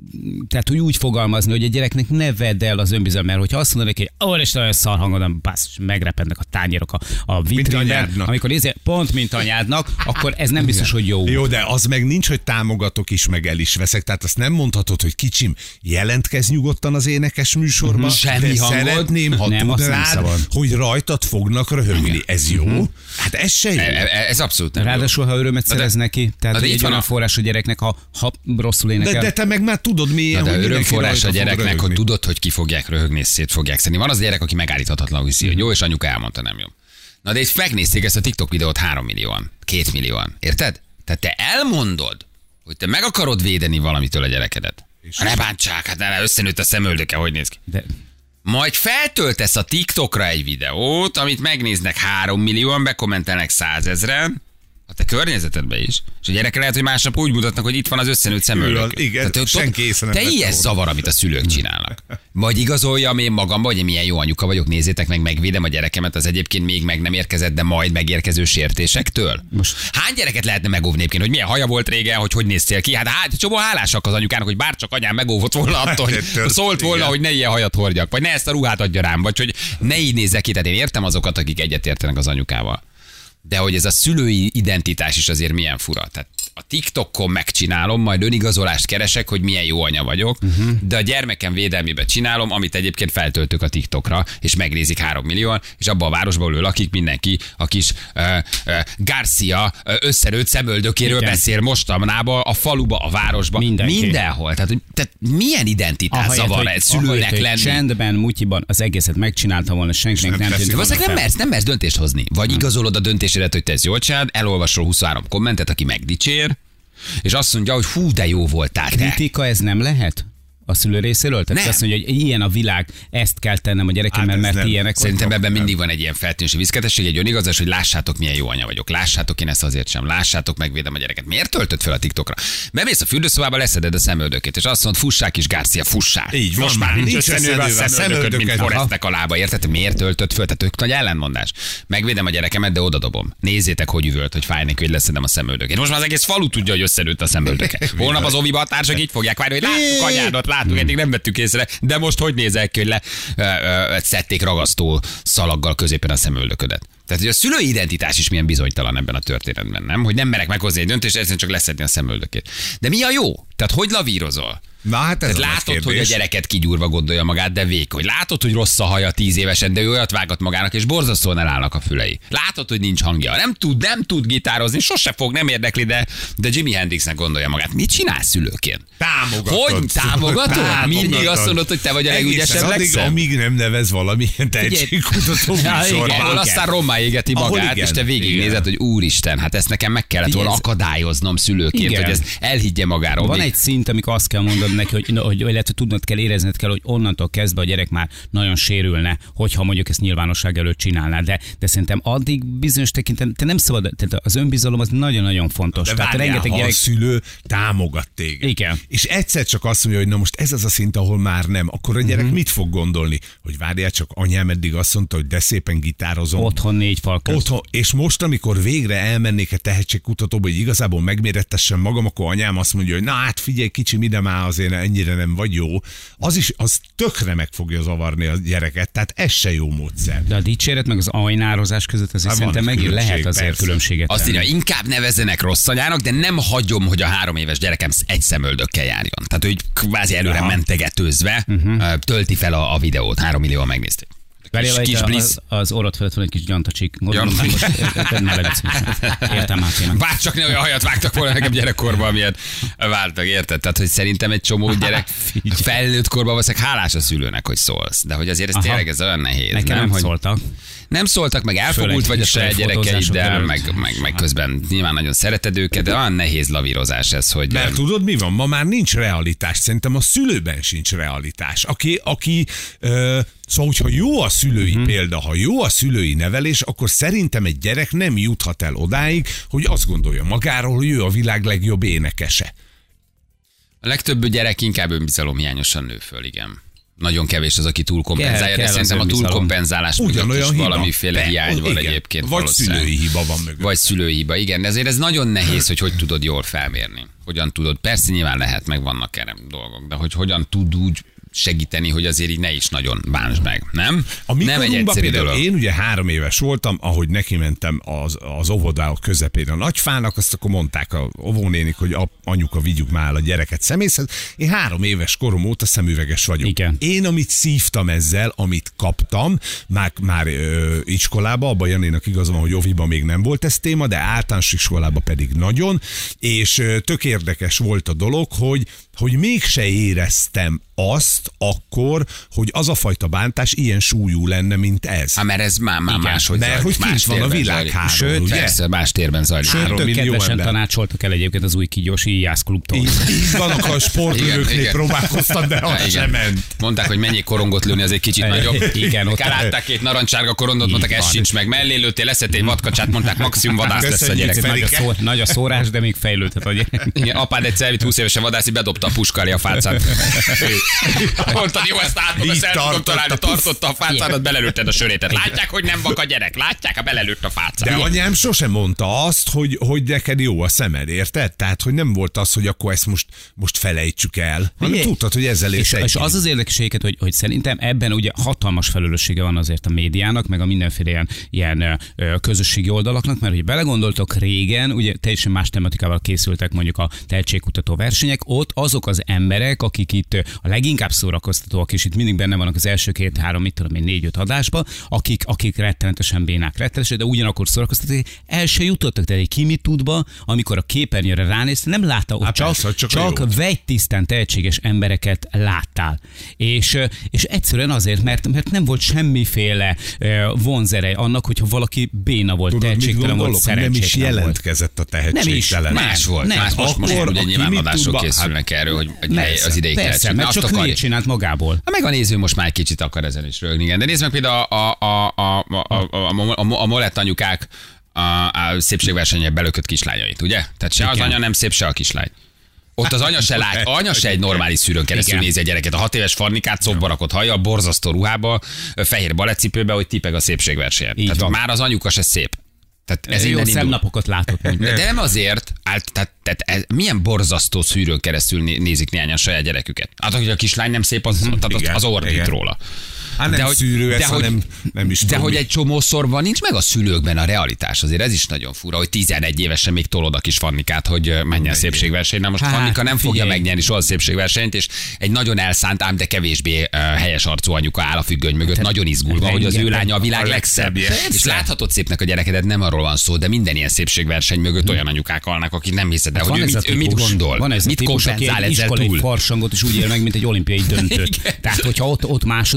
[SPEAKER 4] tehát hogy úgy fogalmazni, hogy a gyereknek ne vedd el az önbizalmát, mert hogyha azt mondod neki, hogy ó, és nagyon szar hangodon, bassz, megrepednek a tányérok a, a vitrínben,
[SPEAKER 3] anyádnak.
[SPEAKER 4] amikor ezért pont mint anyádnak, akkor ez nem biztos, hogy jó.
[SPEAKER 3] Jó, de az meg nincs, hogy támogatok is, meg el is veszek. Tehát azt nem mondhatod, hogy kicsim, jelentkezz nyugodtan az énekes műsorba.
[SPEAKER 2] Mhm, semmi
[SPEAKER 3] de
[SPEAKER 2] hangod.
[SPEAKER 3] szeretném, ha
[SPEAKER 4] Nem, azt nem
[SPEAKER 3] tudnád,
[SPEAKER 4] szabad.
[SPEAKER 3] hogy rajtad fognak röhögni. Ez jó?
[SPEAKER 2] Mhm.
[SPEAKER 3] Hát ez se jó.
[SPEAKER 2] E- e- Ez abszolút nem jó.
[SPEAKER 4] Ráadásul, ha örömet
[SPEAKER 2] de-
[SPEAKER 4] szerez neki, tehát
[SPEAKER 2] de
[SPEAKER 4] hogy
[SPEAKER 2] itt
[SPEAKER 4] egy
[SPEAKER 2] van
[SPEAKER 4] olyan
[SPEAKER 2] a-
[SPEAKER 4] forrás a gyereknek, ha, ha rosszul énekel.
[SPEAKER 3] De, de te meg már tudod milyen,
[SPEAKER 2] Na de
[SPEAKER 3] hogy mindenki
[SPEAKER 2] örömforrás a
[SPEAKER 3] rajta fog
[SPEAKER 2] gyereknek, hogy
[SPEAKER 3] röhögni.
[SPEAKER 2] tudod, hogy ki fogják röhögni, és szét fogják szedni. Van az a gyerek, aki megállíthatatlanul hiszi, hogy jó, és anyuka elmondta, nem jó. Na de itt megnézték ezt a TikTok videót három millióan, két millióan. Érted? Tehát te elmondod, hogy te meg akarod védeni valamitől a gyerekedet. Ne bántsák, hát ne, összenőtt a szemöldöke, hogy néz ki.
[SPEAKER 4] De,
[SPEAKER 2] Majd feltöltesz a TikTokra egy videót, amit megnéznek három millióan, bekommentelnek százezren, a te környezetedbe is. És a gyerekek lehet, hogy másnap úgy mutatnak, hogy itt van az összenőtt szemöldök.
[SPEAKER 3] Igen,
[SPEAKER 2] Tehát,
[SPEAKER 3] senki észre nem vette
[SPEAKER 2] teljes
[SPEAKER 3] volna.
[SPEAKER 2] zavar, amit a szülők csinálnak. Vagy igazoljam én magamba, hogy milyen jó anyuka vagyok, nézzétek meg, megvédem a gyerekemet az egyébként még meg nem érkezett, de majd megérkező sértésektől.
[SPEAKER 4] Most-
[SPEAKER 2] Hány gyereket lehetne megóvni egyébként, hogy milyen haja volt régen, hogy hogy néztél ki? Hát, hát csomó hálásak az anyukának, hogy bárcsak anyám megóvott volna attól, hogy
[SPEAKER 3] Ettől,
[SPEAKER 2] szólt volna,
[SPEAKER 3] igen.
[SPEAKER 2] hogy ne ilyen hajat hordjak, vagy ne ezt a ruhát adja rám, vagy hogy ne így nézzek ki. Tehát én értem azokat, akik egyetértenek az anyukával. De hogy ez a szülői identitás is azért milyen fura. Tehát a TikTokon megcsinálom, majd önigazolást keresek, hogy milyen jó anya vagyok, uh-huh. de a gyermekem védelmébe csinálom, amit egyébként feltöltök a TikTokra, és megnézik három millióan, és abban a városban, ahol ő lakik, mindenki a kis uh, uh, Garcia uh, összerőtt szemöldökéről
[SPEAKER 4] Igen.
[SPEAKER 2] beszél mostanában, a faluba, a városba,
[SPEAKER 4] Mindenki.
[SPEAKER 2] mindenhol. Tehát, hogy, tehát milyen identitás
[SPEAKER 4] ahelyett,
[SPEAKER 2] zavar
[SPEAKER 4] hogy-
[SPEAKER 2] ez szülőnek
[SPEAKER 4] ahelyett, hogy
[SPEAKER 2] lenni?
[SPEAKER 4] Csendben, mutyiban az egészet megcsinálta volna, senkinek
[SPEAKER 3] nem
[SPEAKER 4] nem
[SPEAKER 3] teszi
[SPEAKER 4] tűnt
[SPEAKER 2] De
[SPEAKER 4] volna
[SPEAKER 2] valószínűleg nem
[SPEAKER 4] fel.
[SPEAKER 2] mersz, nem mersz döntést hozni. Vagy igazolod a döntésedet, hogy te ezt jól csinálod, elolvasol huszonhárom kommentet, aki megdicsér, és azt mondja, hogy hú, de jó voltál te.
[SPEAKER 4] Kritika ez nem lehet? A szülő részéről? Tehát
[SPEAKER 2] Nem.
[SPEAKER 4] azt mondja, hogy ilyen a világ, ezt kell tennem a gyerekemmel,
[SPEAKER 3] Hát ez
[SPEAKER 4] mert
[SPEAKER 3] nem.
[SPEAKER 4] ilyenek
[SPEAKER 2] Szerintem
[SPEAKER 4] vagytok.
[SPEAKER 2] ebben mindig van egy ilyen feltűnési viszketesség, egy önigazás, hogy lássátok, milyen jó anya vagyok. Lássátok, én ezt azért sem. Lássátok, megvédem a gyereket. Miért töltöd fel a TikTokra? Bemész a fürdőszobába, leszeded a szemöldökét, és azt mondod, fussák is, Garcia, fussák.
[SPEAKER 3] Így van,
[SPEAKER 2] Most
[SPEAKER 3] már
[SPEAKER 2] már nincs
[SPEAKER 3] nincs
[SPEAKER 2] összenőve a
[SPEAKER 3] összenőve a
[SPEAKER 2] szemöldököd, mint
[SPEAKER 3] szemöldöked.
[SPEAKER 2] Forrestnek a lába. Érted? Miért töltöd föl? Tehát tök nagy ellentmondás. Megvédem a gyerekemet, de odadobom. Nézzétek, hogy üvölt, hogy fáj neki, hogy leszedem a szemöldökét. Most már az egész falu tudja, hogy összenőtt a szemöldöke. Holnap az oviba a társak így fogják várni, hogy láttuk anyádat, láttuk, eddig nem vettük észre, de most hogy nézel ki, hogy le ö, ö, szedték ragasztó szalaggal középen a szemöldöködet. Tehát, hogy a szülői identitás is milyen bizonytalan ebben a történetben, nem? Hogy nem merek meghozni egy döntést, egyszerűen csak leszedni a szemöldökét. De mi a jó? Tehát hogy lavírozol?
[SPEAKER 3] Na hát ez
[SPEAKER 2] Tehát
[SPEAKER 3] a nagy
[SPEAKER 2] látod, hogy a
[SPEAKER 3] kérdés.
[SPEAKER 2] gyereket kigyúrva gondolja magát, de vékony. Látod, hogy rossz a haja tíz évesen, de ő olyat vágat magának, és borzasztóan elállnak a fülei. Látod, hogy nincs hangja. Nem tud, nem tud gitározni, sose fog, nem érdekli, de, de Jimi Hendrixnek gondolja magát. Mit csinál szülőként?
[SPEAKER 3] Támogatod.
[SPEAKER 2] Hogy támogatod?
[SPEAKER 3] Támogatod.
[SPEAKER 2] Mindig azt mondod, hogy te vagy a
[SPEAKER 3] Egészen
[SPEAKER 2] legügyesebb,
[SPEAKER 3] addig,
[SPEAKER 2] legszebb.
[SPEAKER 3] amíg nem nevez valamilyen tehetségkutató
[SPEAKER 4] Ja, igen.
[SPEAKER 3] műsorban.
[SPEAKER 2] Ahol aztán rommá égeti
[SPEAKER 3] Ahol
[SPEAKER 2] magát,
[SPEAKER 3] igen,
[SPEAKER 2] és te végignézed,
[SPEAKER 3] igen.
[SPEAKER 2] hogy úristen, hát ezt nekem meg kellett volna
[SPEAKER 4] Ez-
[SPEAKER 2] akadályoznom szülőként,
[SPEAKER 4] Igen.
[SPEAKER 2] hogy ezt elhiggye magáról.
[SPEAKER 4] Van
[SPEAKER 2] Még-
[SPEAKER 4] egy szint, amikor azt kell mondod neki, hogy, hogy, hogy lehet, hogy tudnod kell, érezned kell, hogy onnantól kezdve a gyerek már nagyon sérülne, hogyha mondjuk ezt nyilvánosság előtt csinálná. De, de szerintem addig bizonyos tekintetben, te nem szabad, tehát az önbizalom az nagyon-nagyon fontos.
[SPEAKER 3] De
[SPEAKER 4] Tehát
[SPEAKER 3] várjál,
[SPEAKER 4] rengeteg
[SPEAKER 3] ha
[SPEAKER 4] gyerek...
[SPEAKER 3] a szülő támogat téged.
[SPEAKER 4] Igen.
[SPEAKER 3] És egyszer csak azt mondja, hogy na most ez az a szint, ahol már nem, akkor a gyerek
[SPEAKER 4] Mhm.
[SPEAKER 3] mit fog gondolni? Hogy várjál csak, anyám eddig azt mondta, hogy de szépen gitározom.
[SPEAKER 4] Otthon négy fal közt.
[SPEAKER 3] Otthon, és most, amikor végre elmennék a tehetségkutatóba, hogy igazából megmérettessem magam, akkor anyám azt mondja, hogy na hát figyelj, kicsi, ide már azért ennyire nem vagy jó. Az is, az tökre meg fogja zavarni a gyereket, tehát ez se jó módszer.
[SPEAKER 4] De a dicséret meg az ajnározás között azért
[SPEAKER 3] Hát van
[SPEAKER 4] szerintem megint
[SPEAKER 3] különbség,
[SPEAKER 4] lehet azért
[SPEAKER 3] persze.
[SPEAKER 4] különbséget
[SPEAKER 2] Azt
[SPEAKER 4] tenni.
[SPEAKER 2] írja, inkább nevezzenek rossz anyának, de nem hagyom, hogy a három éves gyerekem egy szemöldökkel járjon. Tehát, hogy kvázi előre
[SPEAKER 3] Aha.
[SPEAKER 2] mentegetőzve uh-huh. tölti fel a, a videót. Három millióan megnézték.
[SPEAKER 4] Várjál,
[SPEAKER 2] Kis, kis
[SPEAKER 4] az,
[SPEAKER 2] bliss.
[SPEAKER 4] az, az orrod felett van egy kis gyantacsik. Gondolom,
[SPEAKER 2] Gyanta-
[SPEAKER 4] most ne legyen Értem már tényleg.
[SPEAKER 2] Bár csak ne olyan hajat vágtak volna nekem gyerekkorban, miért váltak, érted? Tehát, hogy szerintem egy csomó gyerek felnőtt korban valószínűleg hálás a szülőnek, hogy szólsz. De hogy azért ez
[SPEAKER 4] Aha.
[SPEAKER 2] tényleg ez olyan nehéz.
[SPEAKER 4] Nekem nem,
[SPEAKER 2] hogy
[SPEAKER 4] szóltak.
[SPEAKER 2] nem szóltak, meg elfogult
[SPEAKER 4] Főleg
[SPEAKER 2] vagy a
[SPEAKER 4] iskolai
[SPEAKER 2] saját
[SPEAKER 4] fotózások
[SPEAKER 2] gyerekeiddel,
[SPEAKER 4] előtt.
[SPEAKER 2] meg, meg, meg közben nyilván nagyon szereted őket, de olyan nehéz lavírozás ez, hogy...
[SPEAKER 3] Mert tudod, mi van? Ma már nincs realitás. Szerintem a szülőben sincs realitás. Aki, aki ö, szóval, hogyha jó a szülői uh-huh. példa, ha jó a szülői nevelés, akkor szerintem egy gyerek nem juthat el odáig, hogy azt gondolja magáról, hogy ő a világ legjobb énekese.
[SPEAKER 2] A legtöbb gyerek inkább önbizalomhiányosan nő föl, igen. Nagyon kevés az, aki túlkompenzálja,
[SPEAKER 4] Kell-
[SPEAKER 2] de
[SPEAKER 4] kell
[SPEAKER 2] szerintem
[SPEAKER 4] az
[SPEAKER 2] a
[SPEAKER 4] önbizalom.
[SPEAKER 2] túlkompenzálás mögött
[SPEAKER 3] Ugyanolyan
[SPEAKER 2] is
[SPEAKER 3] hiba.
[SPEAKER 2] valamiféle
[SPEAKER 3] De,
[SPEAKER 2] hiány van
[SPEAKER 3] igen.
[SPEAKER 2] egyébként.
[SPEAKER 3] Vagy
[SPEAKER 2] valószínűleg.
[SPEAKER 3] szülői hiba van mögött.
[SPEAKER 2] Vagy szülői hiba, igen. De azért ez nagyon nehéz, hogy hogy tudod jól felmérni. Hogyan tudod, persze nyilván lehet, meg vannak erre dolgok, de hogy hogyan tud úgy segíteni, hogy azért így ne is nagyon bánsd meg, nem?
[SPEAKER 3] A
[SPEAKER 2] nem egy
[SPEAKER 3] mikorunkban
[SPEAKER 2] egyszerű
[SPEAKER 3] például
[SPEAKER 2] dolog.
[SPEAKER 3] én ugye három éves voltam, ahogy neki mentem az, az óvodáok közepén a nagyfának, azt akkor mondták a óvónénik, hogy a, anyuka, vigyük már el a gyereket szemészhez. Én három éves korom óta szemüveges vagyok.
[SPEAKER 4] Igen.
[SPEAKER 3] Én, amit szívtam ezzel, amit kaptam, már, már ö, iskolába, abban Janénak igaza van, hogy oviba még nem volt ez téma, de általános iskolában pedig nagyon, és ö, tök érdekes volt a dolog, hogy hogy mégse éreztem azt akkor, hogy az a fajta bántás ilyen súlyú lenne, mint ez.
[SPEAKER 2] Hát mert ez már, már
[SPEAKER 4] Igen.
[SPEAKER 2] máshogy
[SPEAKER 3] Mert
[SPEAKER 2] zajlik,
[SPEAKER 3] hogy kint
[SPEAKER 2] más
[SPEAKER 3] van a
[SPEAKER 2] térben
[SPEAKER 3] világhárom,
[SPEAKER 2] zajlik.
[SPEAKER 3] ugye?
[SPEAKER 2] Persze, más térben zajlik.
[SPEAKER 3] Három
[SPEAKER 4] Tök
[SPEAKER 3] millió
[SPEAKER 4] kedvesen
[SPEAKER 3] ember.
[SPEAKER 4] tanácsoltak el egyébként az új kígyósi íjászklubtól.
[SPEAKER 3] Így, így van, akkor a
[SPEAKER 2] Igen,
[SPEAKER 3] sportlőknél
[SPEAKER 2] igen.
[SPEAKER 3] próbálkoztam, de
[SPEAKER 2] Ja,
[SPEAKER 3] az
[SPEAKER 2] igen.
[SPEAKER 3] sem ment.
[SPEAKER 2] Mondták, hogy mennyi korongot lőni, az egy kicsit
[SPEAKER 4] Igen,
[SPEAKER 2] nagyobb.
[SPEAKER 4] igen, ott-
[SPEAKER 2] Kárálták két narancsárga korongot, mondták, ez
[SPEAKER 4] van.
[SPEAKER 2] sincs meg. Mellé lőttél, leszettél vadkacsát, mondták, maximum vadász lesz a
[SPEAKER 3] Köszönjük
[SPEAKER 2] gyerek.
[SPEAKER 3] szépen.
[SPEAKER 4] Nagy a, szó, nagy a szórás, de még fejlődhet a gyerek.
[SPEAKER 2] Igen, apád egyszer elvitt húsz évesen vadászni, bedobta a puska elé a fácát. Mondtad, jó, ezt átmond, ezt
[SPEAKER 3] Így
[SPEAKER 2] el tudom
[SPEAKER 3] tartotta,
[SPEAKER 2] találni,
[SPEAKER 3] puff.
[SPEAKER 2] tartotta a fácádat, belelőtted a sörétet. Látják, hogy nem vak a gyerek, látják, ha belelőtt a fácát.
[SPEAKER 3] De anyám sosem mondta azt, hogy, hogy neked jó a szemed, érted? Tehát, hogy nem volt az, hogy akkor ezt most, most felejtsük el, hanem
[SPEAKER 4] Igen.
[SPEAKER 3] tudtad, hogy ezzel
[SPEAKER 4] És,
[SPEAKER 3] érsz
[SPEAKER 4] és az az érdekességet, hogy, hogy szerintem ebben ugye hatalmas felelőssége van azért a médiának, meg a mindenféle ilyen, ilyen ö, közösségi oldalaknak, mert hogy belegondoltok régen, ugye teljesen más tematikával készültek mondjuk a tehetségkutató versenyek, ott azok az emberek, akik itt ö, a leginkább szórakoztatóak, és itt mindig benne vannak az első két-három, mit tudom én, négy-öt adásban, akik, akik rettenetesen bénák, rettenetesen, de ugyanakkor szórakoztatóak, el se jutottak, de egy ki mit tudba, amikor a képernyőre ránézte, nem látta, ott
[SPEAKER 3] Hát
[SPEAKER 4] csak,
[SPEAKER 3] persze, csak a
[SPEAKER 4] csak
[SPEAKER 3] jót.
[SPEAKER 4] vegytisztán tehetséges embereket láttál. És, és egyszerűen azért, mert, mert nem volt semmiféle ö, vonzerej annak, hogyha valaki béna volt,
[SPEAKER 3] Tudod, mit
[SPEAKER 4] tehetségtelen volt,
[SPEAKER 3] gondolok? Nem is
[SPEAKER 4] szerencsétlen volt.
[SPEAKER 3] jelentkezett a
[SPEAKER 4] Nem is.
[SPEAKER 3] tehetségtelen.
[SPEAKER 2] Más volt.
[SPEAKER 4] Nem.
[SPEAKER 2] Más most, most
[SPEAKER 3] Akkor
[SPEAKER 2] ugye
[SPEAKER 3] a
[SPEAKER 2] nyilván
[SPEAKER 3] Kimi
[SPEAKER 2] adások
[SPEAKER 3] tudba-
[SPEAKER 2] készülnek erről, hogy hogy
[SPEAKER 3] Persze,
[SPEAKER 2] az idei
[SPEAKER 4] Persze,
[SPEAKER 2] tehetség.
[SPEAKER 4] mert
[SPEAKER 2] Azt
[SPEAKER 4] csak
[SPEAKER 2] akarja.
[SPEAKER 4] hülyét csinált magából.
[SPEAKER 2] Ha meg a néző most már egy kicsit akar ezen is rögni, igen. De nézd meg például a, a, a, a, a, a, a, a molett anyukák a, a szépségversenyen belökött kislányait, ugye? Tehát se az
[SPEAKER 4] Igen.
[SPEAKER 2] anya nem szép, se a kislány. Ott az anya se lát, anya se egy normális szűrőn keresztül
[SPEAKER 4] Igen.
[SPEAKER 2] nézi a gyereket. A hat éves Farnikát szobba rakott hajjal, borzasztó ruhába, fehér balettcipőbe, hogy tipeg a szépségversenyen.
[SPEAKER 4] Így
[SPEAKER 2] Tehát
[SPEAKER 4] van.
[SPEAKER 2] már az anyuka se szép. Tehát ez
[SPEAKER 4] Ez jó
[SPEAKER 2] innen indul.
[SPEAKER 4] szemnapokat látott mondjuk.
[SPEAKER 2] De, de nem azért, áll- tehát, tehát ez, milyen borzasztó szűrőn keresztül né- nézik néhányan a saját gyereküket. Hát, hogy a kislány nem szép, az, tehát az,
[SPEAKER 3] Igen,
[SPEAKER 2] az ordít
[SPEAKER 3] igen.
[SPEAKER 2] róla.
[SPEAKER 3] Hát nem
[SPEAKER 2] hogy-
[SPEAKER 3] szűrő ez,
[SPEAKER 2] de hogy-
[SPEAKER 3] hanem nem is
[SPEAKER 2] De
[SPEAKER 3] tudom
[SPEAKER 2] hogy
[SPEAKER 3] mi.
[SPEAKER 2] egy csomószor nincs meg a szülőkben a realitás, azért ez is nagyon fura, hogy tizenegy évesen még tolod a kis Fannikát, hogy ö, menjen szépségversenyre. Most
[SPEAKER 4] Hát,
[SPEAKER 2] Fannika nem fogja
[SPEAKER 4] figyelj.
[SPEAKER 2] megnyerni soha a szépségversenyt, és egy nagyon elszánt, ám de kevésbé uh, helyes arcú anyuka áll a függöny mögött, nagyon izgulva, hogy az ő
[SPEAKER 4] rengeteg
[SPEAKER 2] lánya a világ
[SPEAKER 3] a
[SPEAKER 2] legszebb.
[SPEAKER 3] legszebb.
[SPEAKER 2] És láthatod szépnek a gyerekedet, nem arról van szó, de minden ilyen szépségverseny mögött olyan anyukák halnak, akik nem hiszed el, hogy ő
[SPEAKER 4] Van ez a
[SPEAKER 2] mit, ő mit
[SPEAKER 4] típus,
[SPEAKER 2] gondol,
[SPEAKER 4] van ez a
[SPEAKER 2] mit
[SPEAKER 4] típus, aki
[SPEAKER 2] kompenzál
[SPEAKER 4] egy
[SPEAKER 2] ezzel
[SPEAKER 4] iskolai
[SPEAKER 2] túl.
[SPEAKER 4] farsangot is úgy él meg, mint egy olimpiai döntőt. Tehát, hogyha ott, ott második lesz a gyerek,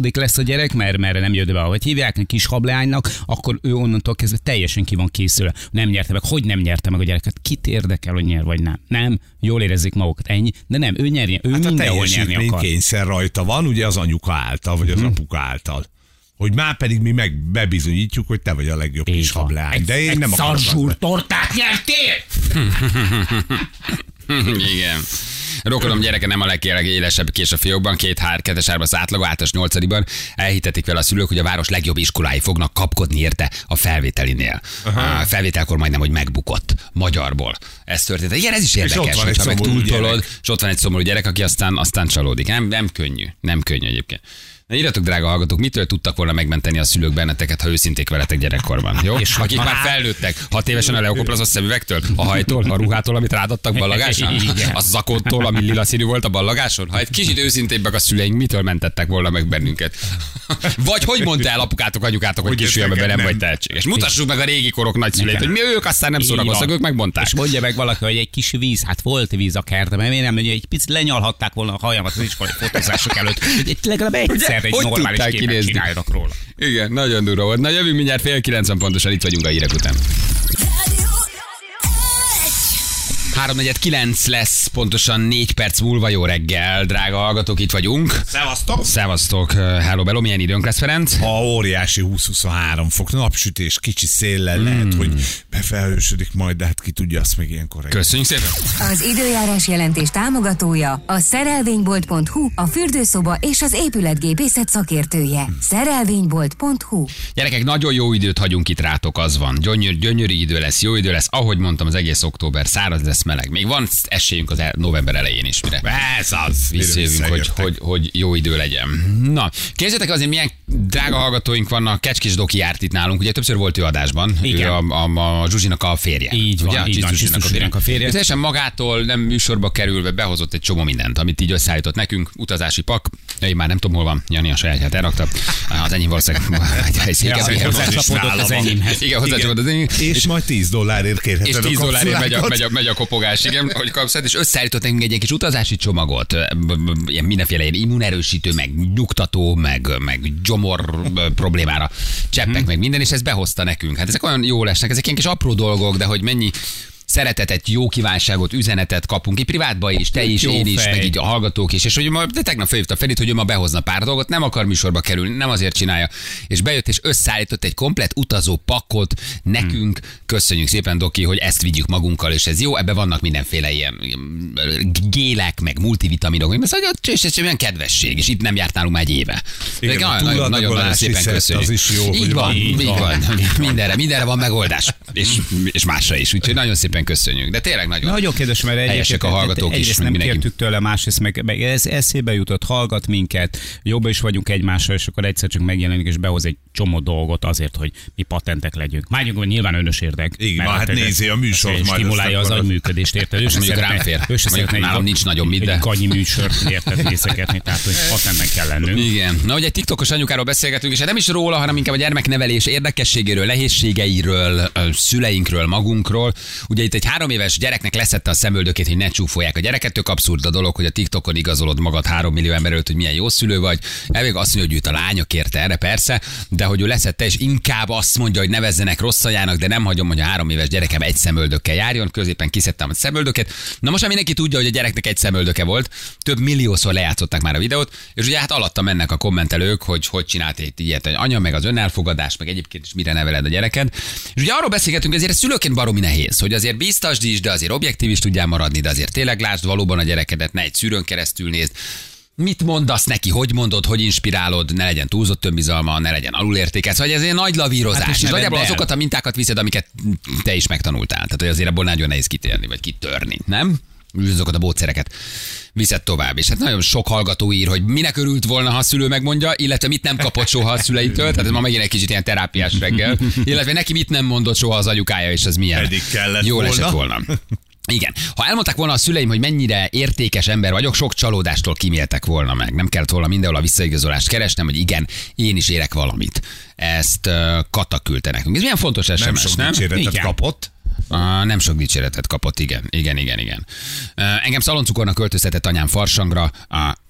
[SPEAKER 4] gyerek, mert, mert nem jött be, ahogy hívják, egy kis hableánynak, akkor ő onnantól kezdve teljesen ki van készülve. Nem nyerte meg. Hogy nem nyerte meg a gyereket? Kit érdekel, hogy nyer vagy nem? Nem, jól érezzék magukat, ennyi. De nem, ő nyerje, ő
[SPEAKER 3] Hát
[SPEAKER 4] mindenhol nyerni akar.
[SPEAKER 3] kényszer rajta van, ugye az anyuka által, vagy az hmm. apuka által. Hogy már pedig mi meg bebizonyítjuk, hogy te vagy a legjobb
[SPEAKER 4] Így
[SPEAKER 3] kis
[SPEAKER 4] van.
[SPEAKER 3] hableány. De én nem akarom.
[SPEAKER 4] Szarzsúr tortát nyertél!
[SPEAKER 2] Igen. Rokonom gyereke nem a legélesebb kés a fiókban, két hár, kettes árba az átlaga, általános nyolcadikban. Elhitetik vele a szülők, hogy a város legjobb iskolái fognak kapkodni érte a felvételinél. Aha. A felvételkor majdnem, hogy megbukott magyarból. Ez történt. Igen, ez is érdekes, hogyha meg túltolod, és ott van egy szomorú gyerek, aki aztán, aztán csalódik. Nem, nem könnyű. Nem könnyű egyébként. Na írjatok, drága hallgatók, mitől tudtak volna megmenteni a szülők benneteket, ha őszinték veletek gyerekkorban, jó? És akik már felnőttek, hat évesen a leokoplazott szemüvegtől, a hajtól, a ruhától, amit rádadtak ballagáson, a zakóttól, ami lila színű volt a ballagáson. Ha egy kicsit őszintébbek a szüleink, mitől mentettek volna meg bennünket? Vagy hogy mondta el apukátok, anyukátok, hogy kisüllyembe nem vagy tehetséges? Mutassuk meg a régi korok nagyszüleit, hogy mi ők aztán nem szórakoztak, ők megmondták.
[SPEAKER 4] És mondja meg valaki, hogy egy kis víz, hát volt víz a kertben, mert miért nem, hogy egy picit lenyalhatták volna a hajamat az iskolai fotózások előtt. Egy legalább egyszer egy
[SPEAKER 2] hogy
[SPEAKER 4] normális képet
[SPEAKER 2] kinézni?
[SPEAKER 4] Csináljanak róla.
[SPEAKER 2] Igen, nagyon durva volt. Na jövünk mindjárt fél kilencven pontosan, itt vagyunk a hírek után. háromnegyed kilenc lesz, pontosan négy perc múlva. Jó reggel, drága hallgatók, itt vagyunk.
[SPEAKER 3] Szevasztok!
[SPEAKER 2] Szevasztok, hello, bello, milyen időnk lesz, Ferenc?
[SPEAKER 3] A óriási húsz-huszonhárom fok, napsütés, kicsi széllel mm. lehet, hogy befelhősödik majd, de hát ki tudja, azt még ilyenkor.
[SPEAKER 2] Köszönjük szépen!
[SPEAKER 5] Az időjárás jelentés támogatója a szerelvénybolt pont hu, a fürdőszoba és az épületgépészet szakértője. szerelvénybolt pont hu.
[SPEAKER 2] Gyerekek, nagyon jó időt hagyunk itt rátok, az van. Gyönyör, gyönyörű idő lesz, jó idő lesz, ahogy mondtam, az egész október száraz lesz, meleg. Még van esélyünk az el, november elején is, mire
[SPEAKER 3] ez az.
[SPEAKER 2] visszajövünk, hogy, hogy, hogy jó idő legyen. Na, képzeljétek azért, milyen drága hallgatóink vannak. Kecskés Doki járt itt nálunk, ugye többször volt ő adásban.
[SPEAKER 4] Igen.
[SPEAKER 2] Ő a, a, a Zsuzsinak a férje.
[SPEAKER 4] Így van,
[SPEAKER 2] ugye?
[SPEAKER 4] így van,
[SPEAKER 2] Zsuzsinak a férje.
[SPEAKER 4] a férje.
[SPEAKER 2] Ő teljesen magától, nem műsorba kerülve behozott egy csomó mindent, amit így összeállított nekünk. Utazási pak. Én már nem tudom, hol van. Jani a sajátját elrakta. Az enyém valószínűleg.
[SPEAKER 4] Az enyémhez.
[SPEAKER 2] Igen, hozzácsapott az enyém.
[SPEAKER 3] És majd tíz dollárért kérheted
[SPEAKER 2] és tíz dollárért megy a, megy, a, megy a kopogás, igen, hogy kapsz, és összeállított nekünk egy ilyen kis utazási csomagot, ilyen mindenféle ilyen immunerősítő, meg nyugtató, meg, meg gyomor problémára cseppek, hmm. meg minden, és ezt behozta nekünk. Hát ezek olyan jól esnek, ezek ilyen kis apró dolgok, de hogy mennyi szeretetet, jó kívánságot, üzenetet kapunk ki privátba is, te is, én is, meg így a hallgatók is, és hogy ma, de tegnap felhívta Ferit, hogy ő ma behozna pár dolgot, nem akar műsorba kerülni, nem azért csinálja, és bejött és összeállított egy komplett utazó pakot nekünk. Hmm. Köszönjük szépen, Doki, hogy ezt vigyük magunkkal, és ez jó, ebben vannak mindenféle ilyen gélek, meg multivitaminok, és ez olyan kedvesség, és itt nem járt nálunk már egy éve.
[SPEAKER 3] Igen,
[SPEAKER 2] nagyon, nagyon, nagyon, nagyon szépen köszönjük.
[SPEAKER 3] Az is jó,
[SPEAKER 2] így van, így van. Mindenre, mindenre van megoldás, és, és másra is, úgyhogy nagyon szépen köszönjük, de tényleg nagyon,
[SPEAKER 4] nagyon kedves, mert
[SPEAKER 2] helyesek a hallgatók is.
[SPEAKER 4] Nem kértük tőle, másrészt meg, meg ez eszébe jutott, hallgat minket, jobban is vagyunk egymással, és akkor egyszer csak megjelenik, és behoz egy csomó dolgot azért, hogy mi patentek legyünk. Mármint, hogy nyilván önös érdek.
[SPEAKER 3] Igen, hát nézi a műsort, majd
[SPEAKER 4] stimulálja az agyműködést, érted? Ő se szeretne,
[SPEAKER 2] nálam nincs nagyon mit, de
[SPEAKER 4] annyi műsort érted nézegetni, tehát hogy patentnek kell lennünk.
[SPEAKER 2] Igen. Na, hogy egy TikTokos anyukáról beszélgetünk, és hát nem is róla, hanem inkább a gyermeknevelés érdekességéről, nehézségeiről, szüleinkről, magunkról. Ugye itt egy három éves gyereknek leszette a szemöldökét, hogy ne csúfolják a gyereket. Tök abszurd a dolog, hogy a TikTokon igazolod magad három millió ember előtt, hogy milyen jó szülő vagy. Elvég azt mondja, hogy őt a lányok érte erre, persze, de hogy ő leszette, és inkább azt mondja, hogy nevezzenek rossz anyának, de nem hagyom, hogy a három éves gyerekem egy szemöldökkel járjon. Középen kiszedtem a szemöldöket. Na most már mindenki tudja, hogy a gyereknek egy szemöldöke volt. Több milliószor lejátszották már a videót, és ugye hát alatta mennek a kommentelők, hogy hogy csinált egy ilyet, hogy anya, meg az önelfogadás, meg egyébként is mire neveled a gyereked. És ugye arról beszélgetünk, ezért szülőként baromi nehéz, hogy azért biztasd is, de azért objektív is tudjál maradni, de azért tényleg lásd valóban a gyerekedet, ne egy szűrőn keresztül nézd. Mit mondasz neki, hogy mondod, hogy inspirálod, ne legyen túlzott önbizalma, ne legyen alulértékelsz, vagy ez egy nagy lavírozás. Hát és nagyjából azokat a mintákat viszed, amiket te is megtanultál. Tehát, hogy azért abból nagyon nehéz kitérni, vagy kitörni, nem? Azokat a módszereket viszed tovább. És hát nagyon sok hallgató ír, hogy minek örült volna, ha a szülő megmondja, illetve mit nem kapott soha a szüleitől. Tehát ez ma megint egy kicsit ilyen terápiás reggel. Illetve neki mit nem mondott soha az anyukája, és ez milyen jól esett volna. Igen. Ha elmondták volna a szüleim, hogy mennyire értékes ember vagyok, sok csalódástól kiméltek volna meg. Nem kellett volna mindenhol a visszaigazolást keresnem, hogy igen, én is érek valamit. Ezt uh, Kata küldte nekünk. Ez milyen fontos es em es,
[SPEAKER 3] nem?
[SPEAKER 2] Nem
[SPEAKER 3] sok dicséretet kapott.
[SPEAKER 2] Uh, nem sok dicséretet kapott, igen. Igen, igen, igen. Uh, engem szaloncukornak költöztetett anyám Farsangra, uh,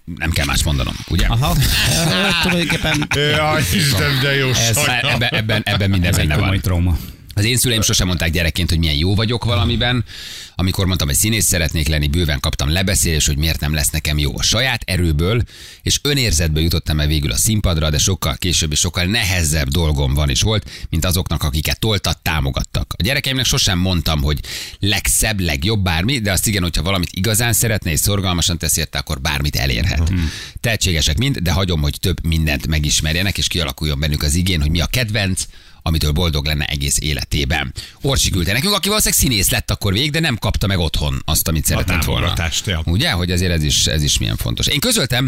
[SPEAKER 2] Nem kell más mondanom, ugye?
[SPEAKER 4] Aha, tulajdonképpen
[SPEAKER 3] Jaj, Isten, de jó
[SPEAKER 4] Ez-
[SPEAKER 3] sajnál.
[SPEAKER 2] Ebben, ebben, ebben minden
[SPEAKER 4] ez egy
[SPEAKER 2] benne
[SPEAKER 4] komoly
[SPEAKER 2] van.
[SPEAKER 4] trauma.
[SPEAKER 2] Az én szüleim sosem mondták gyerekként, hogy milyen jó vagyok valamiben. Amikor mondtam, hogy színész szeretnék lenni, bőven kaptam lebeszélés, hogy miért nem lesz nekem jó. A saját erőből és önérzetből jutottam el végül a színpadra, de sokkal később és sokkal nehezebb dolgom van és volt, mint azoknak, akiket toltat, támogattak. A gyerekeimnek sosem mondtam, hogy legszebb, legjobb bármi, de azt igen, hogyha valamit igazán szeretne és szorgalmasan tesz érte, akkor bármit elérhet. Hmm. Tehetségesek mind, de hagyom, hogy több mindent megismerjenek, és kialakuljon bennük az igény, hogy mi a kedvenc, amitől boldog lenne egész életében. Orsi küldte nekünk, aki valószínűleg színész lett akkor végig, de nem kapta meg otthon azt, amit szeretett volna.
[SPEAKER 3] támogatást, ja.
[SPEAKER 2] Ugye, hogy azért ez is, ez is milyen fontos. Én közöltem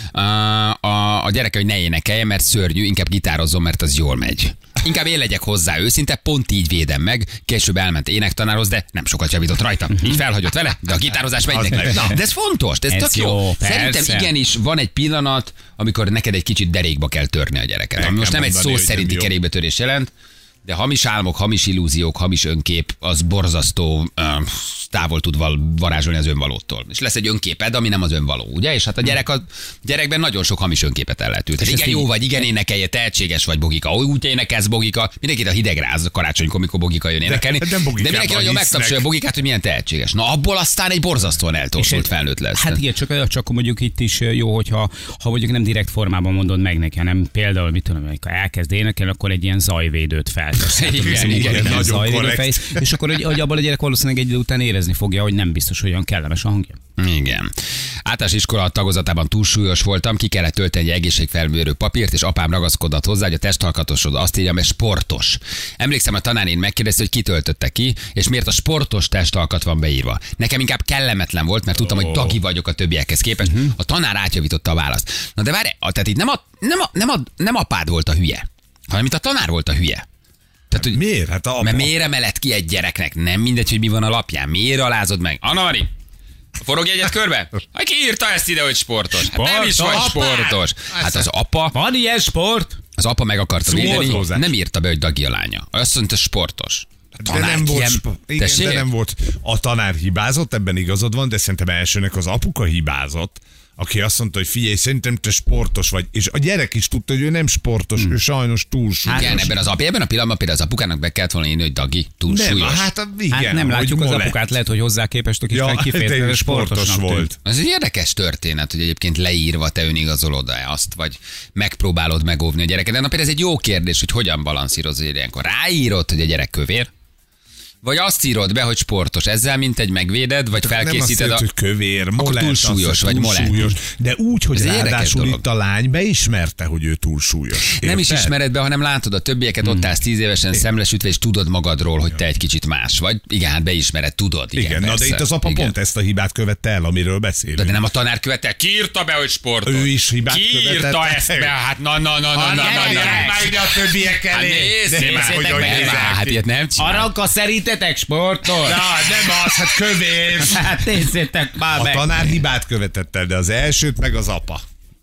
[SPEAKER 2] uh, a, a gyereke, hogy ne énekelje, mert szörnyű, inkább gitározzon, mert az jól megy. Inkább én legyek hozzá őszinte, pont így védem meg. Később elment énektanárhoz, de nem sokat javított rajta. Így felhagyott vele, de a gitározás megy
[SPEAKER 3] Az
[SPEAKER 2] neki.
[SPEAKER 3] meg.
[SPEAKER 2] Na, de ez fontos, de ez,
[SPEAKER 4] Ez
[SPEAKER 2] tök jó.
[SPEAKER 4] jó,
[SPEAKER 2] Szerintem
[SPEAKER 4] persze.
[SPEAKER 2] igenis van egy pillanat, amikor neked egy kicsit derékba kell törni a gyereket.
[SPEAKER 3] El
[SPEAKER 2] Ami most
[SPEAKER 3] kell
[SPEAKER 2] nem egy
[SPEAKER 3] mondani,
[SPEAKER 2] szó
[SPEAKER 3] hogy
[SPEAKER 2] szerinti
[SPEAKER 3] nem jó.
[SPEAKER 2] kerékbetörés jelent, de hamis álmok, hamis illúziók, hamis önkép, az borzasztó uh, távol tud val- varázsolni az önvalótól. És lesz egy önképed, ami nem az önvaló, ugye? És hát a gyerek a gyerekben nagyon sok hamis önképet el lehet ültetni. Igen, jó vagy, igen, énekelje, tehetséges vagy, Bogika. Ó, úgy énekelsz, Bogika. Mindenkit a hideg ráz karácsonykor, mikor Bogika jön énekelni.
[SPEAKER 3] de
[SPEAKER 2] De,
[SPEAKER 3] Bogikában
[SPEAKER 2] mindenki nagyon
[SPEAKER 3] hisznek.
[SPEAKER 2] megtapsolja a Bogikát, hogy milyen tehetséges. Na abból aztán egy borzasztóan eltorzult felnőtt lesz.
[SPEAKER 4] Hát igen, csak, csak mondjuk itt is jó, hogyha ha mondjuk nem direkt formában mondod meg neki, hanem például, mit tudom, amikor elkezd énekelni, akkor egy ilyen zajvédőt feltesz.
[SPEAKER 2] Igen, igen,
[SPEAKER 3] igen, nagyon
[SPEAKER 4] Zajvédő
[SPEAKER 3] korrekt.
[SPEAKER 4] fejsz, és akkor hogy, hogy abban a gyerek valószínűleg egy idő után érezni fogja, hogy nem biztos, hogy olyan kellemes a hangja.
[SPEAKER 2] Igen. Általános iskola tagozatában túlsúlyos voltam, ki kellett tölteni egy egészségfelmérő papírt, és apám ragaszkodott hozzá, hogy a testalkatosod azt írja, mert sportos. Emlékszem, a tanárén megkérdezte, hogy ki töltötte ki, és miért a sportos testalkat van beírva. Nekem inkább kellemetlen volt, mert tudtam, hogy dagi vagyok a többiekhez képest. A tanár átjavította a választ. Na de várj, tehát itt nem, a, nem, a, nem, a, nem apád volt a hülye, hanem itt a tanár volt a hülye. Tehát, hogy
[SPEAKER 3] Miért? Hát a
[SPEAKER 2] mert miért emeled ki egy gyereknek? Nem mindegy, hogy mi van a lapján. Miért alázod meg? Anna Mari, forogj egyet körbe? Hát ki írta ezt ide, hogy sportos? Hát nem is vagy
[SPEAKER 3] Apád!
[SPEAKER 2] sportos. Hát az apa,
[SPEAKER 4] Van ilyen sport?
[SPEAKER 2] az apa meg akarta védeni,
[SPEAKER 3] Szórakozás.
[SPEAKER 2] nem írta be, hogy Dagi a lánya. Azt mondta, sportos. A
[SPEAKER 3] De
[SPEAKER 2] tanár
[SPEAKER 3] nem, volt,
[SPEAKER 2] kiem-
[SPEAKER 3] sp- igen,
[SPEAKER 2] Tessék?
[SPEAKER 3] de nem volt. A tanár hibázott, ebben igazad van, de szerintem elsőnek az apuka hibázott, aki azt mondta, hogy figyelj, szerintem te sportos vagy. És a gyerek is tudta, hogy ő nem sportos, hmm. ő sajnos túlsúlyos.
[SPEAKER 2] Igen, ebben az, apja, ebben a pillanatban például az apukának be kellett volna írni, hogy Dagi
[SPEAKER 3] nem,
[SPEAKER 2] túlsúlyos.
[SPEAKER 3] hát a- igen,
[SPEAKER 4] Hát nem
[SPEAKER 3] hogy
[SPEAKER 4] látjuk az
[SPEAKER 3] molett.
[SPEAKER 4] apukát, lehet, hogy hozzá képest a
[SPEAKER 3] Ja,
[SPEAKER 4] kislány kifejezetten
[SPEAKER 3] tényleg
[SPEAKER 4] sportosnak
[SPEAKER 3] sportos
[SPEAKER 4] tűnt.
[SPEAKER 3] volt.
[SPEAKER 2] Ez egy érdekes történet, hogy egyébként leírva te önigazolod-e azt, vagy megpróbálod megóvni a gyereket. De na például ez egy jó kérdés, hogy hogyan balanszírozod ilyenkor. Ráírod, hogy a gyerek kövér, vagy azt írod be, hogy sportos. Ezzel mint egy megvéded, vagy
[SPEAKER 3] Nem azt
[SPEAKER 2] felkészíted
[SPEAKER 3] jelenti,
[SPEAKER 2] a...
[SPEAKER 3] hogy kövér, molett,
[SPEAKER 2] túlsúlyos
[SPEAKER 3] azt,
[SPEAKER 2] vagy molett.
[SPEAKER 3] túlsúlyos. De úgy, hogy
[SPEAKER 2] Ez egy érdekes
[SPEAKER 3] ráadásul
[SPEAKER 2] dolog.
[SPEAKER 3] itt a lány beismerte, hogy ő túlsúlyos.
[SPEAKER 2] Nem is
[SPEAKER 3] Érted?
[SPEAKER 2] ismered be, hanem látod a többieket, ott állsz tíz évesen szemlesütve, és tudod magadról, hogy te egy kicsit más vagy. Igen, hát beismered, tudod. Igen,
[SPEAKER 3] Igen, na de
[SPEAKER 2] persze.
[SPEAKER 3] itt az apa
[SPEAKER 2] Igen.
[SPEAKER 3] pont ezt a hibát követte el, amiről beszélünk.
[SPEAKER 2] De nem a tanár követte, ki írta be, hogy sportos?
[SPEAKER 3] Ő is hibát
[SPEAKER 2] Ki
[SPEAKER 3] követett
[SPEAKER 2] írta
[SPEAKER 3] el?
[SPEAKER 2] ezt be? Hát na, na, na, na, na, na, na,
[SPEAKER 3] gyere már ide a többiek
[SPEAKER 2] Hát
[SPEAKER 3] elé!
[SPEAKER 2] nézzétek
[SPEAKER 3] De már, hogy
[SPEAKER 2] meg,
[SPEAKER 3] hogy
[SPEAKER 2] nem,
[SPEAKER 3] nézek
[SPEAKER 2] hát
[SPEAKER 3] ki.
[SPEAKER 2] ilyet nem csinál.
[SPEAKER 4] Aranka, szerintetek sportos?
[SPEAKER 3] Na, nem az, hát kövér!
[SPEAKER 4] Hát nézzétek már
[SPEAKER 3] A
[SPEAKER 4] meg.
[SPEAKER 3] tanár hibát követett el, de az elsőt meg az apa.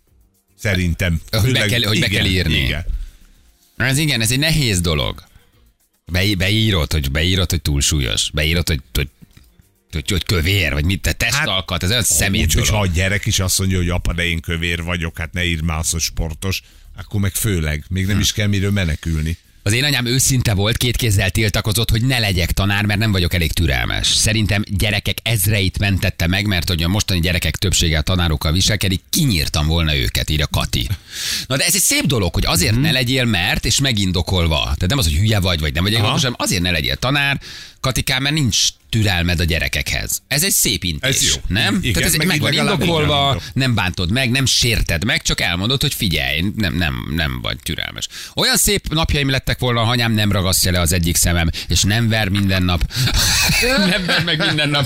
[SPEAKER 3] Szerintem.
[SPEAKER 2] Hogy be
[SPEAKER 3] Főleg-
[SPEAKER 2] kell- hogy be
[SPEAKER 3] igen,
[SPEAKER 2] kell írni.
[SPEAKER 3] Igen.
[SPEAKER 2] Ez igen, ez egy nehéz dolog. Be, beírod, hogy beírod, hogy túlsúlyos. Beírod, hogy, hogy, hogy, hogy kövér, vagy mit, te testalkat, ez olyan szemét
[SPEAKER 3] Úgyhogy ha a
[SPEAKER 2] dolog.
[SPEAKER 3] gyerek is azt mondja, hogy apa, de én kövér vagyok, hát ne írd már azt, hogy sportos, akkor meg főleg, még nem is kell miről menekülni.
[SPEAKER 2] Az én anyám őszinte volt, két kézzel tiltakozott, hogy ne legyek tanár, mert nem vagyok elég türelmes. Szerintem gyerekek ezreit mentette meg, mert hogy a mostani gyerekek többsége a tanárokkal viselkedik, kinyírtam volna őket, írja Kati. Na de ez egy szép dolog, hogy azért
[SPEAKER 3] Mhm.
[SPEAKER 2] ne legyél, mert, és megindokolva. Tehát nem az, hogy hülye vagy, vagy nem vagy elég, hanem azért ne legyél tanár, Katikám, mert nincs türelmed a gyerekekhez. Ez egy szép intés,
[SPEAKER 3] Ez jó.
[SPEAKER 2] nem?
[SPEAKER 3] Igen,
[SPEAKER 2] Tehát ez
[SPEAKER 3] meg
[SPEAKER 2] meg van
[SPEAKER 3] legalább
[SPEAKER 2] indokolva,
[SPEAKER 3] igen.
[SPEAKER 2] nem bántod meg, nem sérted meg, csak elmondod, hogy figyelj, nem, nem, nem vagy türelmes. Olyan szép napjaim lettek volna, ha anyám nem ragasztja le az egyik szemem, és nem ver minden nap. nem ver meg minden nap.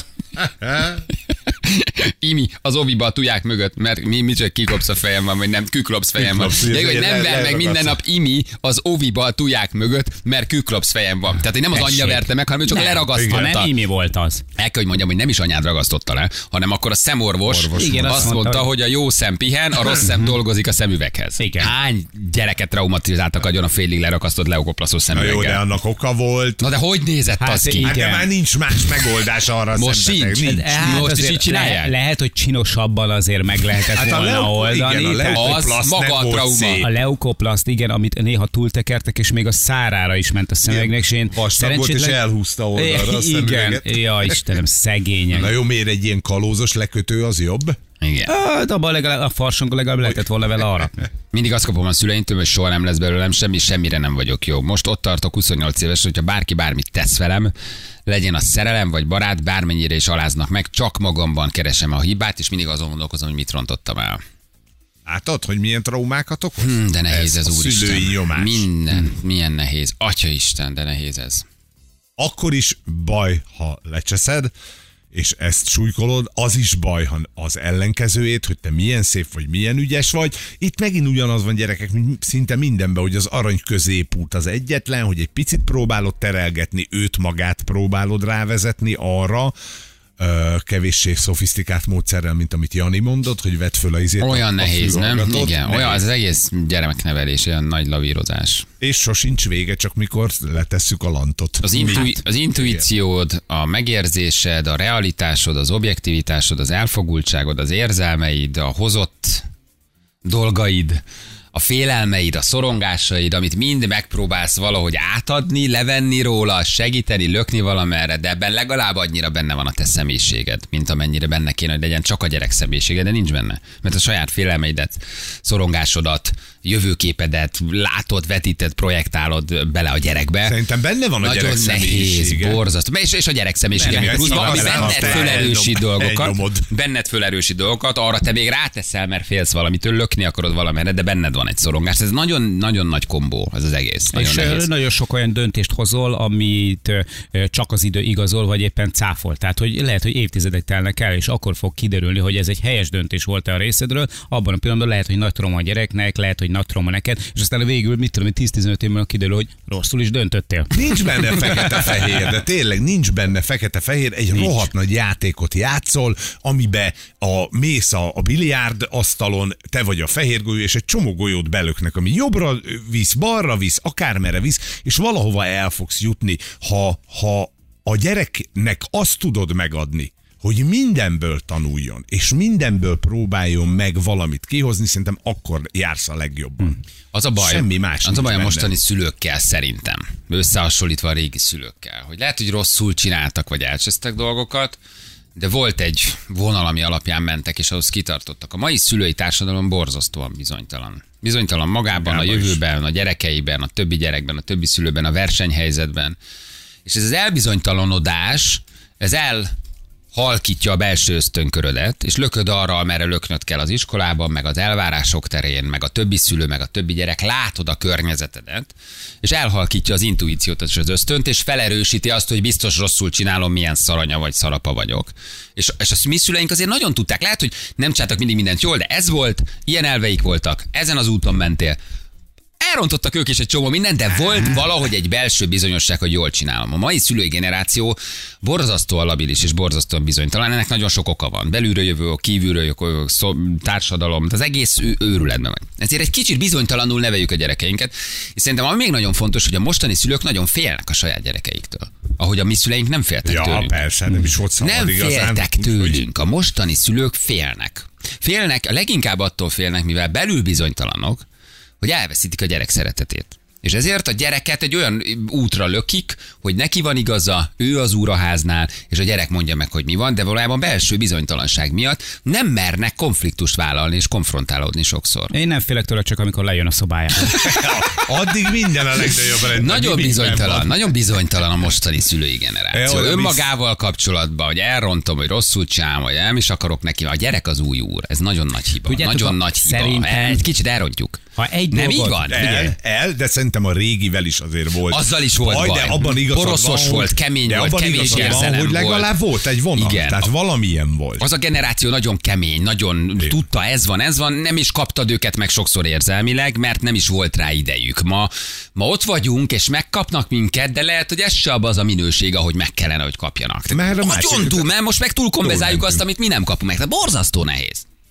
[SPEAKER 2] Imi, az oviba a tuják mögött, mert mi, mi csak kiklopsz a fejem van, vagy nem, küklopsz fejem van.
[SPEAKER 3] Küklopsz,
[SPEAKER 2] De hogy
[SPEAKER 3] le-
[SPEAKER 2] nem ver meg
[SPEAKER 3] leragasztod.
[SPEAKER 2] minden nap Imi az oviba a tuják mögött, mert küklopsz fejem van. Tehát hogy nem az anyja
[SPEAKER 4] Tessék.
[SPEAKER 2] verte meg, hanem ő csak
[SPEAKER 4] Nem.
[SPEAKER 2] leragasztotta.
[SPEAKER 4] Ha nem Imi volt az.
[SPEAKER 2] El kell, hogy mondjam, hogy nem is anyád ragasztotta le, hanem akkor a szemorvos
[SPEAKER 3] Orvos
[SPEAKER 4] Igen,
[SPEAKER 2] azt
[SPEAKER 4] azt
[SPEAKER 2] mondta,
[SPEAKER 4] mondta,
[SPEAKER 2] hogy a jó szem pihen, a rossz szem dolgozik a szemüveghez.
[SPEAKER 4] Igen.
[SPEAKER 2] Hány gyereket traumatizáltak agyon a félig lerakasztott leokoplaszos
[SPEAKER 3] Na jó, de
[SPEAKER 2] szemüveggel?
[SPEAKER 3] annak oka volt.
[SPEAKER 2] Na de hogy nézett
[SPEAKER 4] Hát
[SPEAKER 2] az ki?
[SPEAKER 4] igen.
[SPEAKER 3] Hát de már nincs más megoldás arra a
[SPEAKER 2] Most
[SPEAKER 3] szembetek.
[SPEAKER 2] sincs.
[SPEAKER 3] Nincs.
[SPEAKER 4] Hát
[SPEAKER 2] Most is
[SPEAKER 4] azért-
[SPEAKER 2] így csinál. csinálják.
[SPEAKER 4] Le, lehet, hogy csinosabban azért meg lehetett
[SPEAKER 3] Hát a
[SPEAKER 4] volna
[SPEAKER 3] leuko-
[SPEAKER 4] oldani.
[SPEAKER 3] igen, a
[SPEAKER 4] tehát-
[SPEAKER 3] leukoplaszt
[SPEAKER 2] az
[SPEAKER 3] nem
[SPEAKER 2] maga a
[SPEAKER 3] volt
[SPEAKER 2] trauma.
[SPEAKER 3] szép.
[SPEAKER 4] A leukoplaszt, igen, amit néha túltekertek, és még a szárára is ment a szemüvegnek, és én
[SPEAKER 3] Vastag volt, és elhúzta oldalra a
[SPEAKER 4] Igen,
[SPEAKER 3] szemüveget.
[SPEAKER 4] ja Istenem, szegények.
[SPEAKER 3] Na jó, miért egy ilyen kalózos lekötő az jobb?
[SPEAKER 2] Igen.
[SPEAKER 4] Hát abban legalább, a farsonkon legalább lehetett volna vele arra.
[SPEAKER 2] Mindig azt kapom a szüleimtől, hogy soha nem lesz belőlem semmi, semmire nem vagyok jó. Most ott tartok huszonnyolc éves, hogyha bárki bármit tesz velem, legyen a szerelem vagy barát, bármennyire is aláznak meg, csak magamban keresem a hibát, és mindig azon gondolkozom, hogy mit rontottam el.
[SPEAKER 3] Látod, hogy milyen traumákat okoz?
[SPEAKER 2] Hm, de nehéz ez,
[SPEAKER 3] a
[SPEAKER 2] úristen.
[SPEAKER 3] szülői nyomás.
[SPEAKER 2] Minden, milyen nehéz. Atya Isten, de nehéz ez.
[SPEAKER 3] Akkor is baj, ha lecseszed, és ezt súlykolod, az is baj, ha az ellenkezőjét, hogy te milyen szép vagy, milyen ügyes vagy. Itt megint ugyanaz van, gyerekek, mint szinte mindenben, hogy az arany középút az egyetlen, hogy egy picit próbálod terelgetni, őt magát próbálod rávezetni arra, ö, kevéssé szofisztikált módszerrel, mint amit Jani mondott, hogy vedd föl a izét.
[SPEAKER 2] Olyan
[SPEAKER 3] a
[SPEAKER 2] nehéz, nem?
[SPEAKER 3] fülhallgatót.
[SPEAKER 2] Igen,
[SPEAKER 3] Nehéz.
[SPEAKER 2] olyan, az egész gyermeknevelés, olyan nagy lavírozás.
[SPEAKER 3] És sosincs vége, csak mikor letesszük a lantot.
[SPEAKER 2] Az, intu- az intuíciód, a megérzésed, a realitásod, az objektivitásod, az elfogultságod, az érzelmeid, a hozott dolgaid, a félelmeid, a szorongásaid, amit mind megpróbálsz valahogy átadni, levenni róla, segíteni, lökni valamerre, de ebben legalább annyira benne van a te személyiséged, mint amennyire benne kéne, hogy legyen csak a gyerek személyisége, de nincs benne. Mert a saját félelmeidet, szorongásodat, jövőképedet látod, vetíted, projektálod bele a gyerekbe.
[SPEAKER 3] Szerintem benne van a
[SPEAKER 2] Nagyon
[SPEAKER 3] gyerek
[SPEAKER 2] nehéz,
[SPEAKER 3] személyisége.
[SPEAKER 2] borzasztó. És, és a gyerek személyisége,
[SPEAKER 3] Nem,
[SPEAKER 2] még pluszban,
[SPEAKER 3] ezt
[SPEAKER 2] ami
[SPEAKER 3] aztán
[SPEAKER 2] benned
[SPEAKER 3] te
[SPEAKER 2] fölerősít
[SPEAKER 3] elnyom-
[SPEAKER 2] dolgokat,
[SPEAKER 3] elnyomod.
[SPEAKER 2] benned fölerősít dolgokat, arra te még ráteszel, mert félsz valamitől, lökni akarod valamerre, de benned van egy szorongás. Ez nagyon-nagyon nagy kombó, ez az egész. Nagyon
[SPEAKER 4] És
[SPEAKER 2] nehéz.
[SPEAKER 4] ö, nagyon sok olyan döntést hozol, amit ö, csak az idő igazol, vagy éppen cáfol. Tehát, hogy lehet, hogy évtizedek telnek el, és akkor fog kiderülni, hogy ez egy helyes döntés volt-e a részedről. Abban a pillanatban lehet, hogy nagy trauma a gyereknek, lehet, hogy nagy trauma neked, és aztán a végül, mit tudom, tíz-tizenöt évben kiderül, hogy rosszul is döntöttél.
[SPEAKER 3] Nincs benne fekete-fehér, de tényleg nincs benne fekete-fehér. Egy nincs. Rohadt nagy játékot játszol, amibe a mész a, a biliárd asztalon, te vagy a fehér golyó, és egy csomó golyót belöknek, ami jobbra visz, balra visz, akármerre visz, és valahova el fogsz jutni. Ha, ha a gyereknek azt tudod megadni, hogy mindenből tanuljon, és mindenből próbáljon meg valamit kihozni, szerintem akkor jársz a legjobban. Hmm.
[SPEAKER 2] Az a baj,
[SPEAKER 3] Semmi más
[SPEAKER 2] az a
[SPEAKER 3] nincs
[SPEAKER 2] baj a
[SPEAKER 3] benne.
[SPEAKER 2] mostani szülőkkel szerintem, összehasonlítva a régi szülőkkel, hogy lehet, hogy rosszul csináltak, vagy elcsesztek dolgokat, de volt egy vonal, ami alapján mentek, és ahhoz kitartottak. A mai szülői társadalom borzasztóan bizonytalan. Bizonytalan magában,
[SPEAKER 3] Magában
[SPEAKER 2] a
[SPEAKER 3] is.
[SPEAKER 2] jövőben, a gyerekeiben, a többi gyerekben, a többi szülőben, a versenyhelyzetben. És ez az elbizonytalanodás, ez el halkítja a belső ösztönkörödet, és lököd arra, amerre löknöd kell az iskolában, meg az elvárások terén, meg a többi szülő, meg a többi gyerek, látod a környezetedet, és elhalkítja az intuíciót és az ösztönt, és felerősíti azt, hogy biztos rosszul csinálom, milyen szaranya vagy szarapa vagyok. És, és a mi szüleink azért nagyon tudták, lehet, hogy nem csináltak mindig mindent jól, de ez volt, ilyen elveik voltak, ezen az úton mentél. Elrontottak ők is egy csomó mindent, de volt valahogy egy belső bizonyosság, hogy jól csinálom. A mai szülői generáció borzasztóan labilis és borzasztóan bizonytalan. Ennek nagyon sok oka van. Belülről jövő, kívülről jövő, szó, társadalom, az egész ő, őrületben van. Ezért egy kicsit bizonytalanul neveljük a gyerekeinket. És szerintem ami még nagyon fontos, hogy a mostani szülők nagyon félnek a saját gyerekeiktől. Ahogy a mi szüleink nem féltek
[SPEAKER 3] Ja,
[SPEAKER 2] tőlünk.
[SPEAKER 3] persze, nem is volt szabad
[SPEAKER 2] Nem
[SPEAKER 3] igazán.
[SPEAKER 2] féltek
[SPEAKER 3] Úgyhogy-
[SPEAKER 2] tőlünk. A mostani szülők félnek. Félnek, leginkább attól félnek, mivel belül bizonytalanok, hogy elveszítik a gyerek szeretetét. És ezért a gyereket egy olyan útra lökik, hogy neki van igaza, ő az úr a háznál, és a gyerek mondja meg, hogy mi van, de valójában belső bizonytalanság miatt nem mernek konfliktust vállalni és konfrontálódni sokszor.
[SPEAKER 4] Én nem félek tőle, csak amikor lejön a szobájába.
[SPEAKER 3] Addig minden a legnagyobb rendben.
[SPEAKER 2] Nagyon
[SPEAKER 3] Minden
[SPEAKER 2] bizonytalan,
[SPEAKER 3] van.
[SPEAKER 2] nagyon bizonytalan a mostani szülői generáció.
[SPEAKER 3] E, olyan
[SPEAKER 2] Önmagával kapcsolatban, hogy elrontom, hogy rosszul csinálom, vagy nem is akarok neki. A gyerek az új úr. Ez nagyon nagy hiba.
[SPEAKER 4] Tudjátok,
[SPEAKER 2] nagyon
[SPEAKER 4] a-
[SPEAKER 2] nagy hiba.
[SPEAKER 4] szerintem-
[SPEAKER 2] Egy kicsit elrontjuk.
[SPEAKER 4] Ha egy
[SPEAKER 2] Nem
[SPEAKER 4] dolgot-
[SPEAKER 2] így van? Figyelj.
[SPEAKER 3] El, el, de szerintem a régivel is azért volt.
[SPEAKER 2] Azzal is volt
[SPEAKER 3] baj.
[SPEAKER 2] baj.
[SPEAKER 3] De abban igazad
[SPEAKER 2] Poroszos
[SPEAKER 3] van,
[SPEAKER 2] volt,
[SPEAKER 3] hogy-
[SPEAKER 2] kemény
[SPEAKER 3] de
[SPEAKER 2] volt,
[SPEAKER 3] abban
[SPEAKER 2] kevés
[SPEAKER 3] igazad van,
[SPEAKER 2] érzelem
[SPEAKER 3] hogy legalább
[SPEAKER 2] volt.
[SPEAKER 3] volt egy vonal.
[SPEAKER 2] Igen.
[SPEAKER 3] Tehát valamilyen volt.
[SPEAKER 2] Az a generáció nagyon kemény, nagyon
[SPEAKER 3] Igen.
[SPEAKER 2] tudta, ez van, ez van, nem is kaptad őket meg sokszor érzelmileg, mert nem is volt rá idejük. Ma, ma ott vagyunk, és megkapnak minket, de lehet, hogy ez se abban az a minőség, ahogy meg kellene, hogy kapjanak.
[SPEAKER 3] Mert a
[SPEAKER 2] Nagyon
[SPEAKER 3] másik-
[SPEAKER 2] túl, mert most meg túl kompenzáljuk
[SPEAKER 3] Túl
[SPEAKER 2] azt, amit mi nem kapunk meg. Tehát borzasztó nehéz.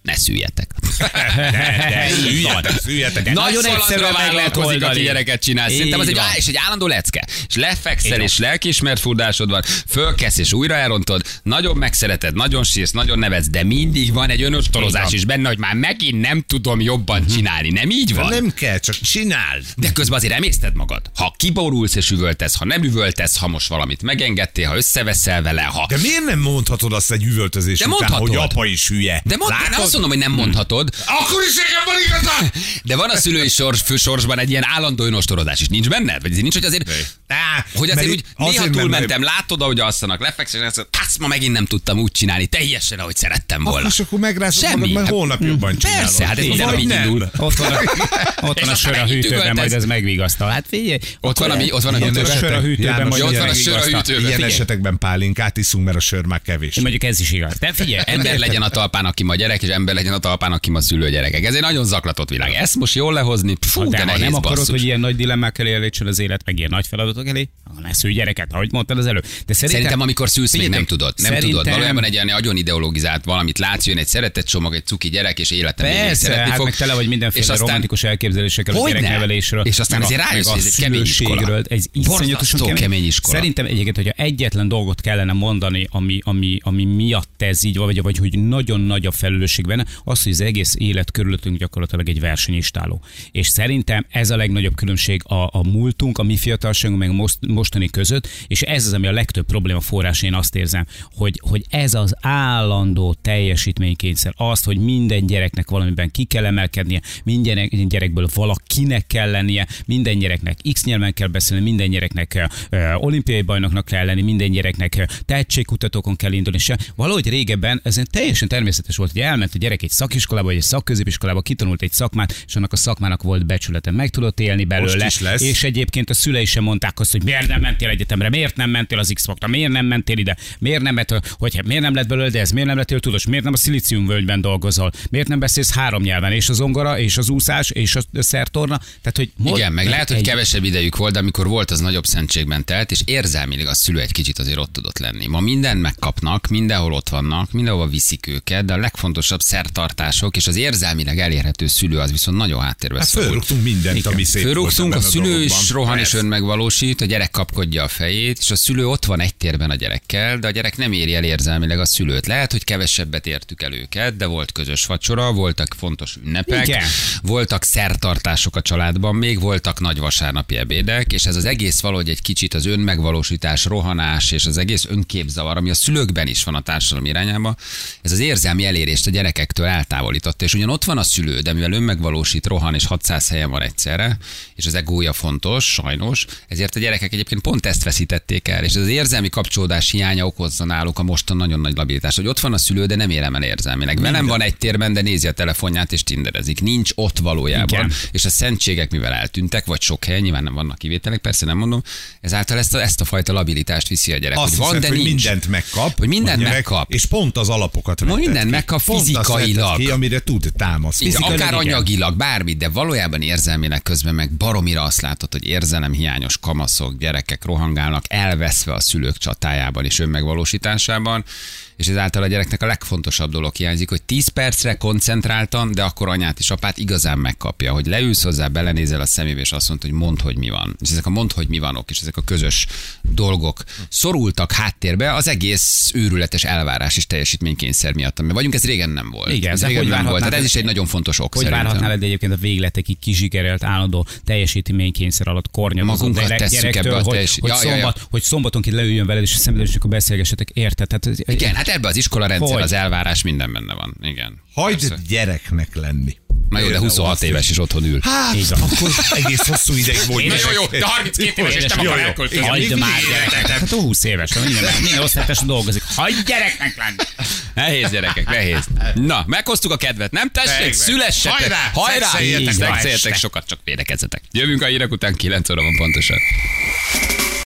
[SPEAKER 2] ne szüljetek.
[SPEAKER 3] De, de, szüljetek, szüljetek.
[SPEAKER 4] Nagyon egyszerűen meg lehet
[SPEAKER 2] oldani.
[SPEAKER 4] oldani.
[SPEAKER 2] Gyereket csinálsz. Szerintem az egy, á, és egy állandó lecke. És lefekszel, és lelkiismert furdásod van, fölkezd, és újra elrontod, nagyon megszereted, nagyon sírsz, nagyon nevetsz, de mindig van egy önöstorozás is benne, hogy már megint nem tudom jobban csinálni. Nem így van?
[SPEAKER 3] Nem kell, csak csináld.
[SPEAKER 2] De közben azért emészted magad. Ha kiborulsz és üvöltesz, ha nem üvöltesz, ha most valamit megengedtél, ha összeveszel vele, ha...
[SPEAKER 3] De miért nem mondhatod azt egy üvöltözés
[SPEAKER 2] De
[SPEAKER 3] után,
[SPEAKER 2] mondhatod.
[SPEAKER 3] hogy apa is hülye?
[SPEAKER 2] De mond, én azt mondom, hogy nem mondhatod.
[SPEAKER 3] Akkor is nekem van igazad!
[SPEAKER 2] De van a szülői sors, fősorsban egy ilyen állandó önostorozás is. Nincs benned? Vagy nincs, hogy azért,
[SPEAKER 3] Á,
[SPEAKER 2] hogy azért úgy
[SPEAKER 3] azért,
[SPEAKER 2] néha
[SPEAKER 3] mert-
[SPEAKER 2] túlmentem, látod, ahogy alszanak, lefekszel, és azt mondod, azt ma megint nem tudtam úgy csinálni, teljesen, ahogy szerettem volna.
[SPEAKER 3] Akkor, és akkor megrázod
[SPEAKER 2] Semmi.
[SPEAKER 3] magad, mert holnap jobban csinálod.
[SPEAKER 2] Persze, hát ez minden
[SPEAKER 3] Vagy
[SPEAKER 2] nap így
[SPEAKER 3] nem.
[SPEAKER 2] indul.
[SPEAKER 4] Ott van a, ott
[SPEAKER 2] És
[SPEAKER 4] van a
[SPEAKER 2] aztán
[SPEAKER 4] sör a
[SPEAKER 2] megint
[SPEAKER 4] hűtőben,
[SPEAKER 2] üvöltesz.
[SPEAKER 4] majd ez megvigasztal. Hát figyelj,
[SPEAKER 2] Ott van a, mi- ott van a
[SPEAKER 3] Ilyen
[SPEAKER 2] hűtőben.
[SPEAKER 4] a sör a hűtőben,
[SPEAKER 3] János,
[SPEAKER 4] majd
[SPEAKER 2] Ott
[SPEAKER 3] ilyen-
[SPEAKER 2] van a sör a
[SPEAKER 4] vigasztal.
[SPEAKER 2] hűtőben.
[SPEAKER 3] Ilyen
[SPEAKER 2] Figyelj.
[SPEAKER 3] esetekben pálinkát iszunk, mert a sör már kevés.
[SPEAKER 4] Én mondjuk ez is igaz. De figyelj,
[SPEAKER 2] Ember legyen a talpán, aki ma gyerek, és ember legyen a talpán, aki ma szülő gyerekek. Ez egy nagyon zaklatott világ. Ezt most jól lehozni, fú,
[SPEAKER 4] de
[SPEAKER 2] de
[SPEAKER 4] ha
[SPEAKER 2] nehéz,
[SPEAKER 4] nem akarod,
[SPEAKER 2] basszus.
[SPEAKER 4] hogy ilyen nagy dilemmák elé állítson az élet, meg ilyen nagy feladatok elé, ne szülj gyereket, ahogy mondtad az előbb. De szerintem,
[SPEAKER 2] Szerintem, amikor szülsz, még nem
[SPEAKER 4] Figyeljetek,
[SPEAKER 2] tudod. Nem
[SPEAKER 4] szerintem-
[SPEAKER 2] tudod. Valójában egy ilyen nagyon ideologizált valamit látsz, jön egy szeretett csomag, egy cuki gyerek, és életem végéig
[SPEAKER 4] Persze,
[SPEAKER 2] szeretni
[SPEAKER 4] hát
[SPEAKER 2] fog.
[SPEAKER 4] meg tele vagy mindenféle
[SPEAKER 2] és aztán,
[SPEAKER 4] romantikus elképzelésekkel a
[SPEAKER 2] Hogyne?
[SPEAKER 4] gyereknevelésről.
[SPEAKER 2] És aztán
[SPEAKER 4] meg
[SPEAKER 2] azért
[SPEAKER 4] a-
[SPEAKER 2] rájössz,
[SPEAKER 4] meg
[SPEAKER 2] hogy
[SPEAKER 4] a
[SPEAKER 2] ez egy kemény iskola.
[SPEAKER 4] szülőségről. Ez iszonyatosan
[SPEAKER 2] Borzasztó kemény iskola.
[SPEAKER 4] Szerintem egyébként, hogyha egyetlen dolgot kellene mondani, ami, ami, ami miatt ez így van, vagy, vagy hogy nagyon nagy a felelősség benne, az, hogy az egész élet körülöttünk gyakorlatilag egy versenyistáló. És szerintem ez a legnagyobb különbség a, a múltunk, a mi fiatalságunk, meg a most, mostani között, és ez az, ami a legtöbb probléma forrás, én azt érzem, hogy, hogy ez az állandó teljesítménykényszer, azt, hogy minden gyereknek valamiben ki kell emelkednie, minden gyerekből valakinek kell lennie, minden gyereknek X nyelven kell beszélni, minden gyereknek uh, olimpiai bajnoknak kell lenni, minden gyereknek uh, tehetségkutatókon kell indulni, és valahogy régebben ez teljesen természetes volt, hogy elment a gyerek egy szakiskolába, vagy egy szakközépiskolába, kitanult egy szakmát, és annak a szakmának volt becsülete, meg tudott élni belőle,
[SPEAKER 3] is lesz.
[SPEAKER 4] és egyébként a szülei sem mondták azt, hogy miért nem mentél egyetemre, miért nem mentél az X-fakra, miért nem mentél ide, miért nem, lett, hogy miért nem lett belőle, de ez miért nem lettél tudós, miért nem a szilíciumvölgyben dolgozol, miért nem beszélsz három nyelven, és a zongora, és az úszás, és a szertorna, tehát hogy most
[SPEAKER 2] Igen, meg lehet, hogy
[SPEAKER 4] egy-
[SPEAKER 2] kevesebb idejük volt, de amikor volt, az nagyobb szentségben telt, és érzelmileg a szülő egy kicsit azért ott tudott lenni. Ma mindent megkapnak, mindenhol ott vannak, mindenhova viszik őket, de a legfontosabb szertartások és az érzelmileg elérhető szülő az viszont nagyon háttérbe
[SPEAKER 3] Hát
[SPEAKER 2] szorul.
[SPEAKER 3] fölrúgtunk mindent, ami szép
[SPEAKER 2] Fölrúgszunk, a
[SPEAKER 3] volt
[SPEAKER 2] szülő
[SPEAKER 3] dologban.
[SPEAKER 2] is rohan és
[SPEAKER 3] Persze.
[SPEAKER 2] önmegvalósít, a gyerek kapkodja a fejét, és a szülő ott van egy térben a gyerekkel, de a gyerek nem éri el érzelmileg a szülőt. Lehet, hogy kevesebbet értük el őket, de volt közös vacsora, voltak fontos ünnepek,
[SPEAKER 4] Igen.
[SPEAKER 2] voltak szertartások a családban, még voltak nagy vasárnapi ebédek, és ez az egész valahogy egy kicsit az önmegvalósítás, rohanás és az egész önképzavar, ami a szülőkben is van a társadalom irányába, ez az érzelmi elérést a gyerekektől eltávolította. És ugyan ott van a szülő, de mivel önmegvalósít, rohan és hatszáz helyen van egyszerre, és az egója fontos, sajnos, ezért a gyerekek egyébként pont ezt veszítették el, és ez az érzelmi kapcsolódás hiánya okozza náluk a mostan nagyon nagy labilitást, hogy ott van a szülő, de nem érem el érzelmileg. Velem van egy térben, de nézi a telefonját és tinderezik. Nincs ott valójában.
[SPEAKER 4] Igen.
[SPEAKER 2] És a szentségek, mivel eltűntek, vagy sok helyen, nyilván nem vannak kivételek, persze nem mondom, ezáltal ezt a, ezt a fajta labilitást viszi a gyerek.
[SPEAKER 3] Azt
[SPEAKER 2] hogy van,
[SPEAKER 3] hiszed,
[SPEAKER 2] de
[SPEAKER 3] hogy
[SPEAKER 2] nincs.
[SPEAKER 3] mindent megkap.
[SPEAKER 2] Hogy mindent
[SPEAKER 3] a gyerek,
[SPEAKER 2] megkap.
[SPEAKER 3] És pont az alapokat vetett
[SPEAKER 2] mindent
[SPEAKER 3] ki.
[SPEAKER 2] megkap
[SPEAKER 3] Pont azt
[SPEAKER 2] fizikailag.
[SPEAKER 3] vetted ki, amire tud támaszkodni.
[SPEAKER 2] Igen,
[SPEAKER 4] Fizikailag
[SPEAKER 2] akár
[SPEAKER 4] igen.
[SPEAKER 2] anyagilag, bármit, de valójában érzelmileg közben meg baromira azt látod, hogy érzelemhiányos kamaszok, gyerekek rohangálnak, elveszve a szülők csatájában és önmegvalósításában, és ezáltal a gyereknek a legfontosabb dolog hiányzik, hogy tíz percre koncentráltan, de akkor anyát és apát igazán megkapja, hogy leülsz hozzá, belenézel a szemébe, és azt mondod, hogy mondd, hogy mi van. És ezek a mondd, hogy mi vanok, és ezek a közös dolgok szorultak háttérbe az egész őrületes elvárás és teljesítménykényszer miatt. Ami vagyunk, ez régen nem volt.
[SPEAKER 4] Igen,
[SPEAKER 2] ez
[SPEAKER 4] de
[SPEAKER 2] régen
[SPEAKER 4] hogy
[SPEAKER 2] nem volt.
[SPEAKER 4] várhatnád-
[SPEAKER 2] Tehát ez is egy nagyon fontos ok
[SPEAKER 4] Hogy
[SPEAKER 2] szerintem.
[SPEAKER 4] várhatnál egyébként a végletekig kizsigerelt állandó teljesítménykényszer alatt kornyadozó
[SPEAKER 2] Magunkat
[SPEAKER 4] gyerek-
[SPEAKER 2] tesszük
[SPEAKER 4] gyerektől,
[SPEAKER 2] ebbe a
[SPEAKER 4] hogy,
[SPEAKER 2] teljesít-
[SPEAKER 4] hogy,
[SPEAKER 2] Ja, ja, ja.
[SPEAKER 4] szombat, hogy szombatonként leüljön veled, és szemben, és akkor beszélgessetek, érted? Tehát,
[SPEAKER 2] Igen, hát ebbe az iskola rendszer,
[SPEAKER 4] Hogy?
[SPEAKER 2] az elvárás minden benne van. Igen.
[SPEAKER 3] Hagyd
[SPEAKER 2] Persze.
[SPEAKER 3] gyereknek lenni.
[SPEAKER 2] Na jó, de huszonhat éves is otthon ül.
[SPEAKER 3] Hát,
[SPEAKER 4] Így van.
[SPEAKER 3] akkor egész hosszú ideig volt.
[SPEAKER 2] Na jó, jó, de harminckét éves, és nem akar elköltözni.
[SPEAKER 4] Hagyd már gyereket. Hát ó, húsz éves, minden, minden osztálytársa dolgozik. Hagyd gyereknek lenni.
[SPEAKER 2] Nehéz gyerekek, nehéz. Na, meghoztuk a kedvet, nem tessék,
[SPEAKER 3] Meg, meg.
[SPEAKER 2] szülessetek.
[SPEAKER 3] Hajrá,
[SPEAKER 2] Hajrá!
[SPEAKER 3] szexeljetek,
[SPEAKER 2] Szexeljetek
[SPEAKER 3] este.
[SPEAKER 2] sokat, csak védekezzetek. Jövünk a hírek után, kilenc óra van pontosan.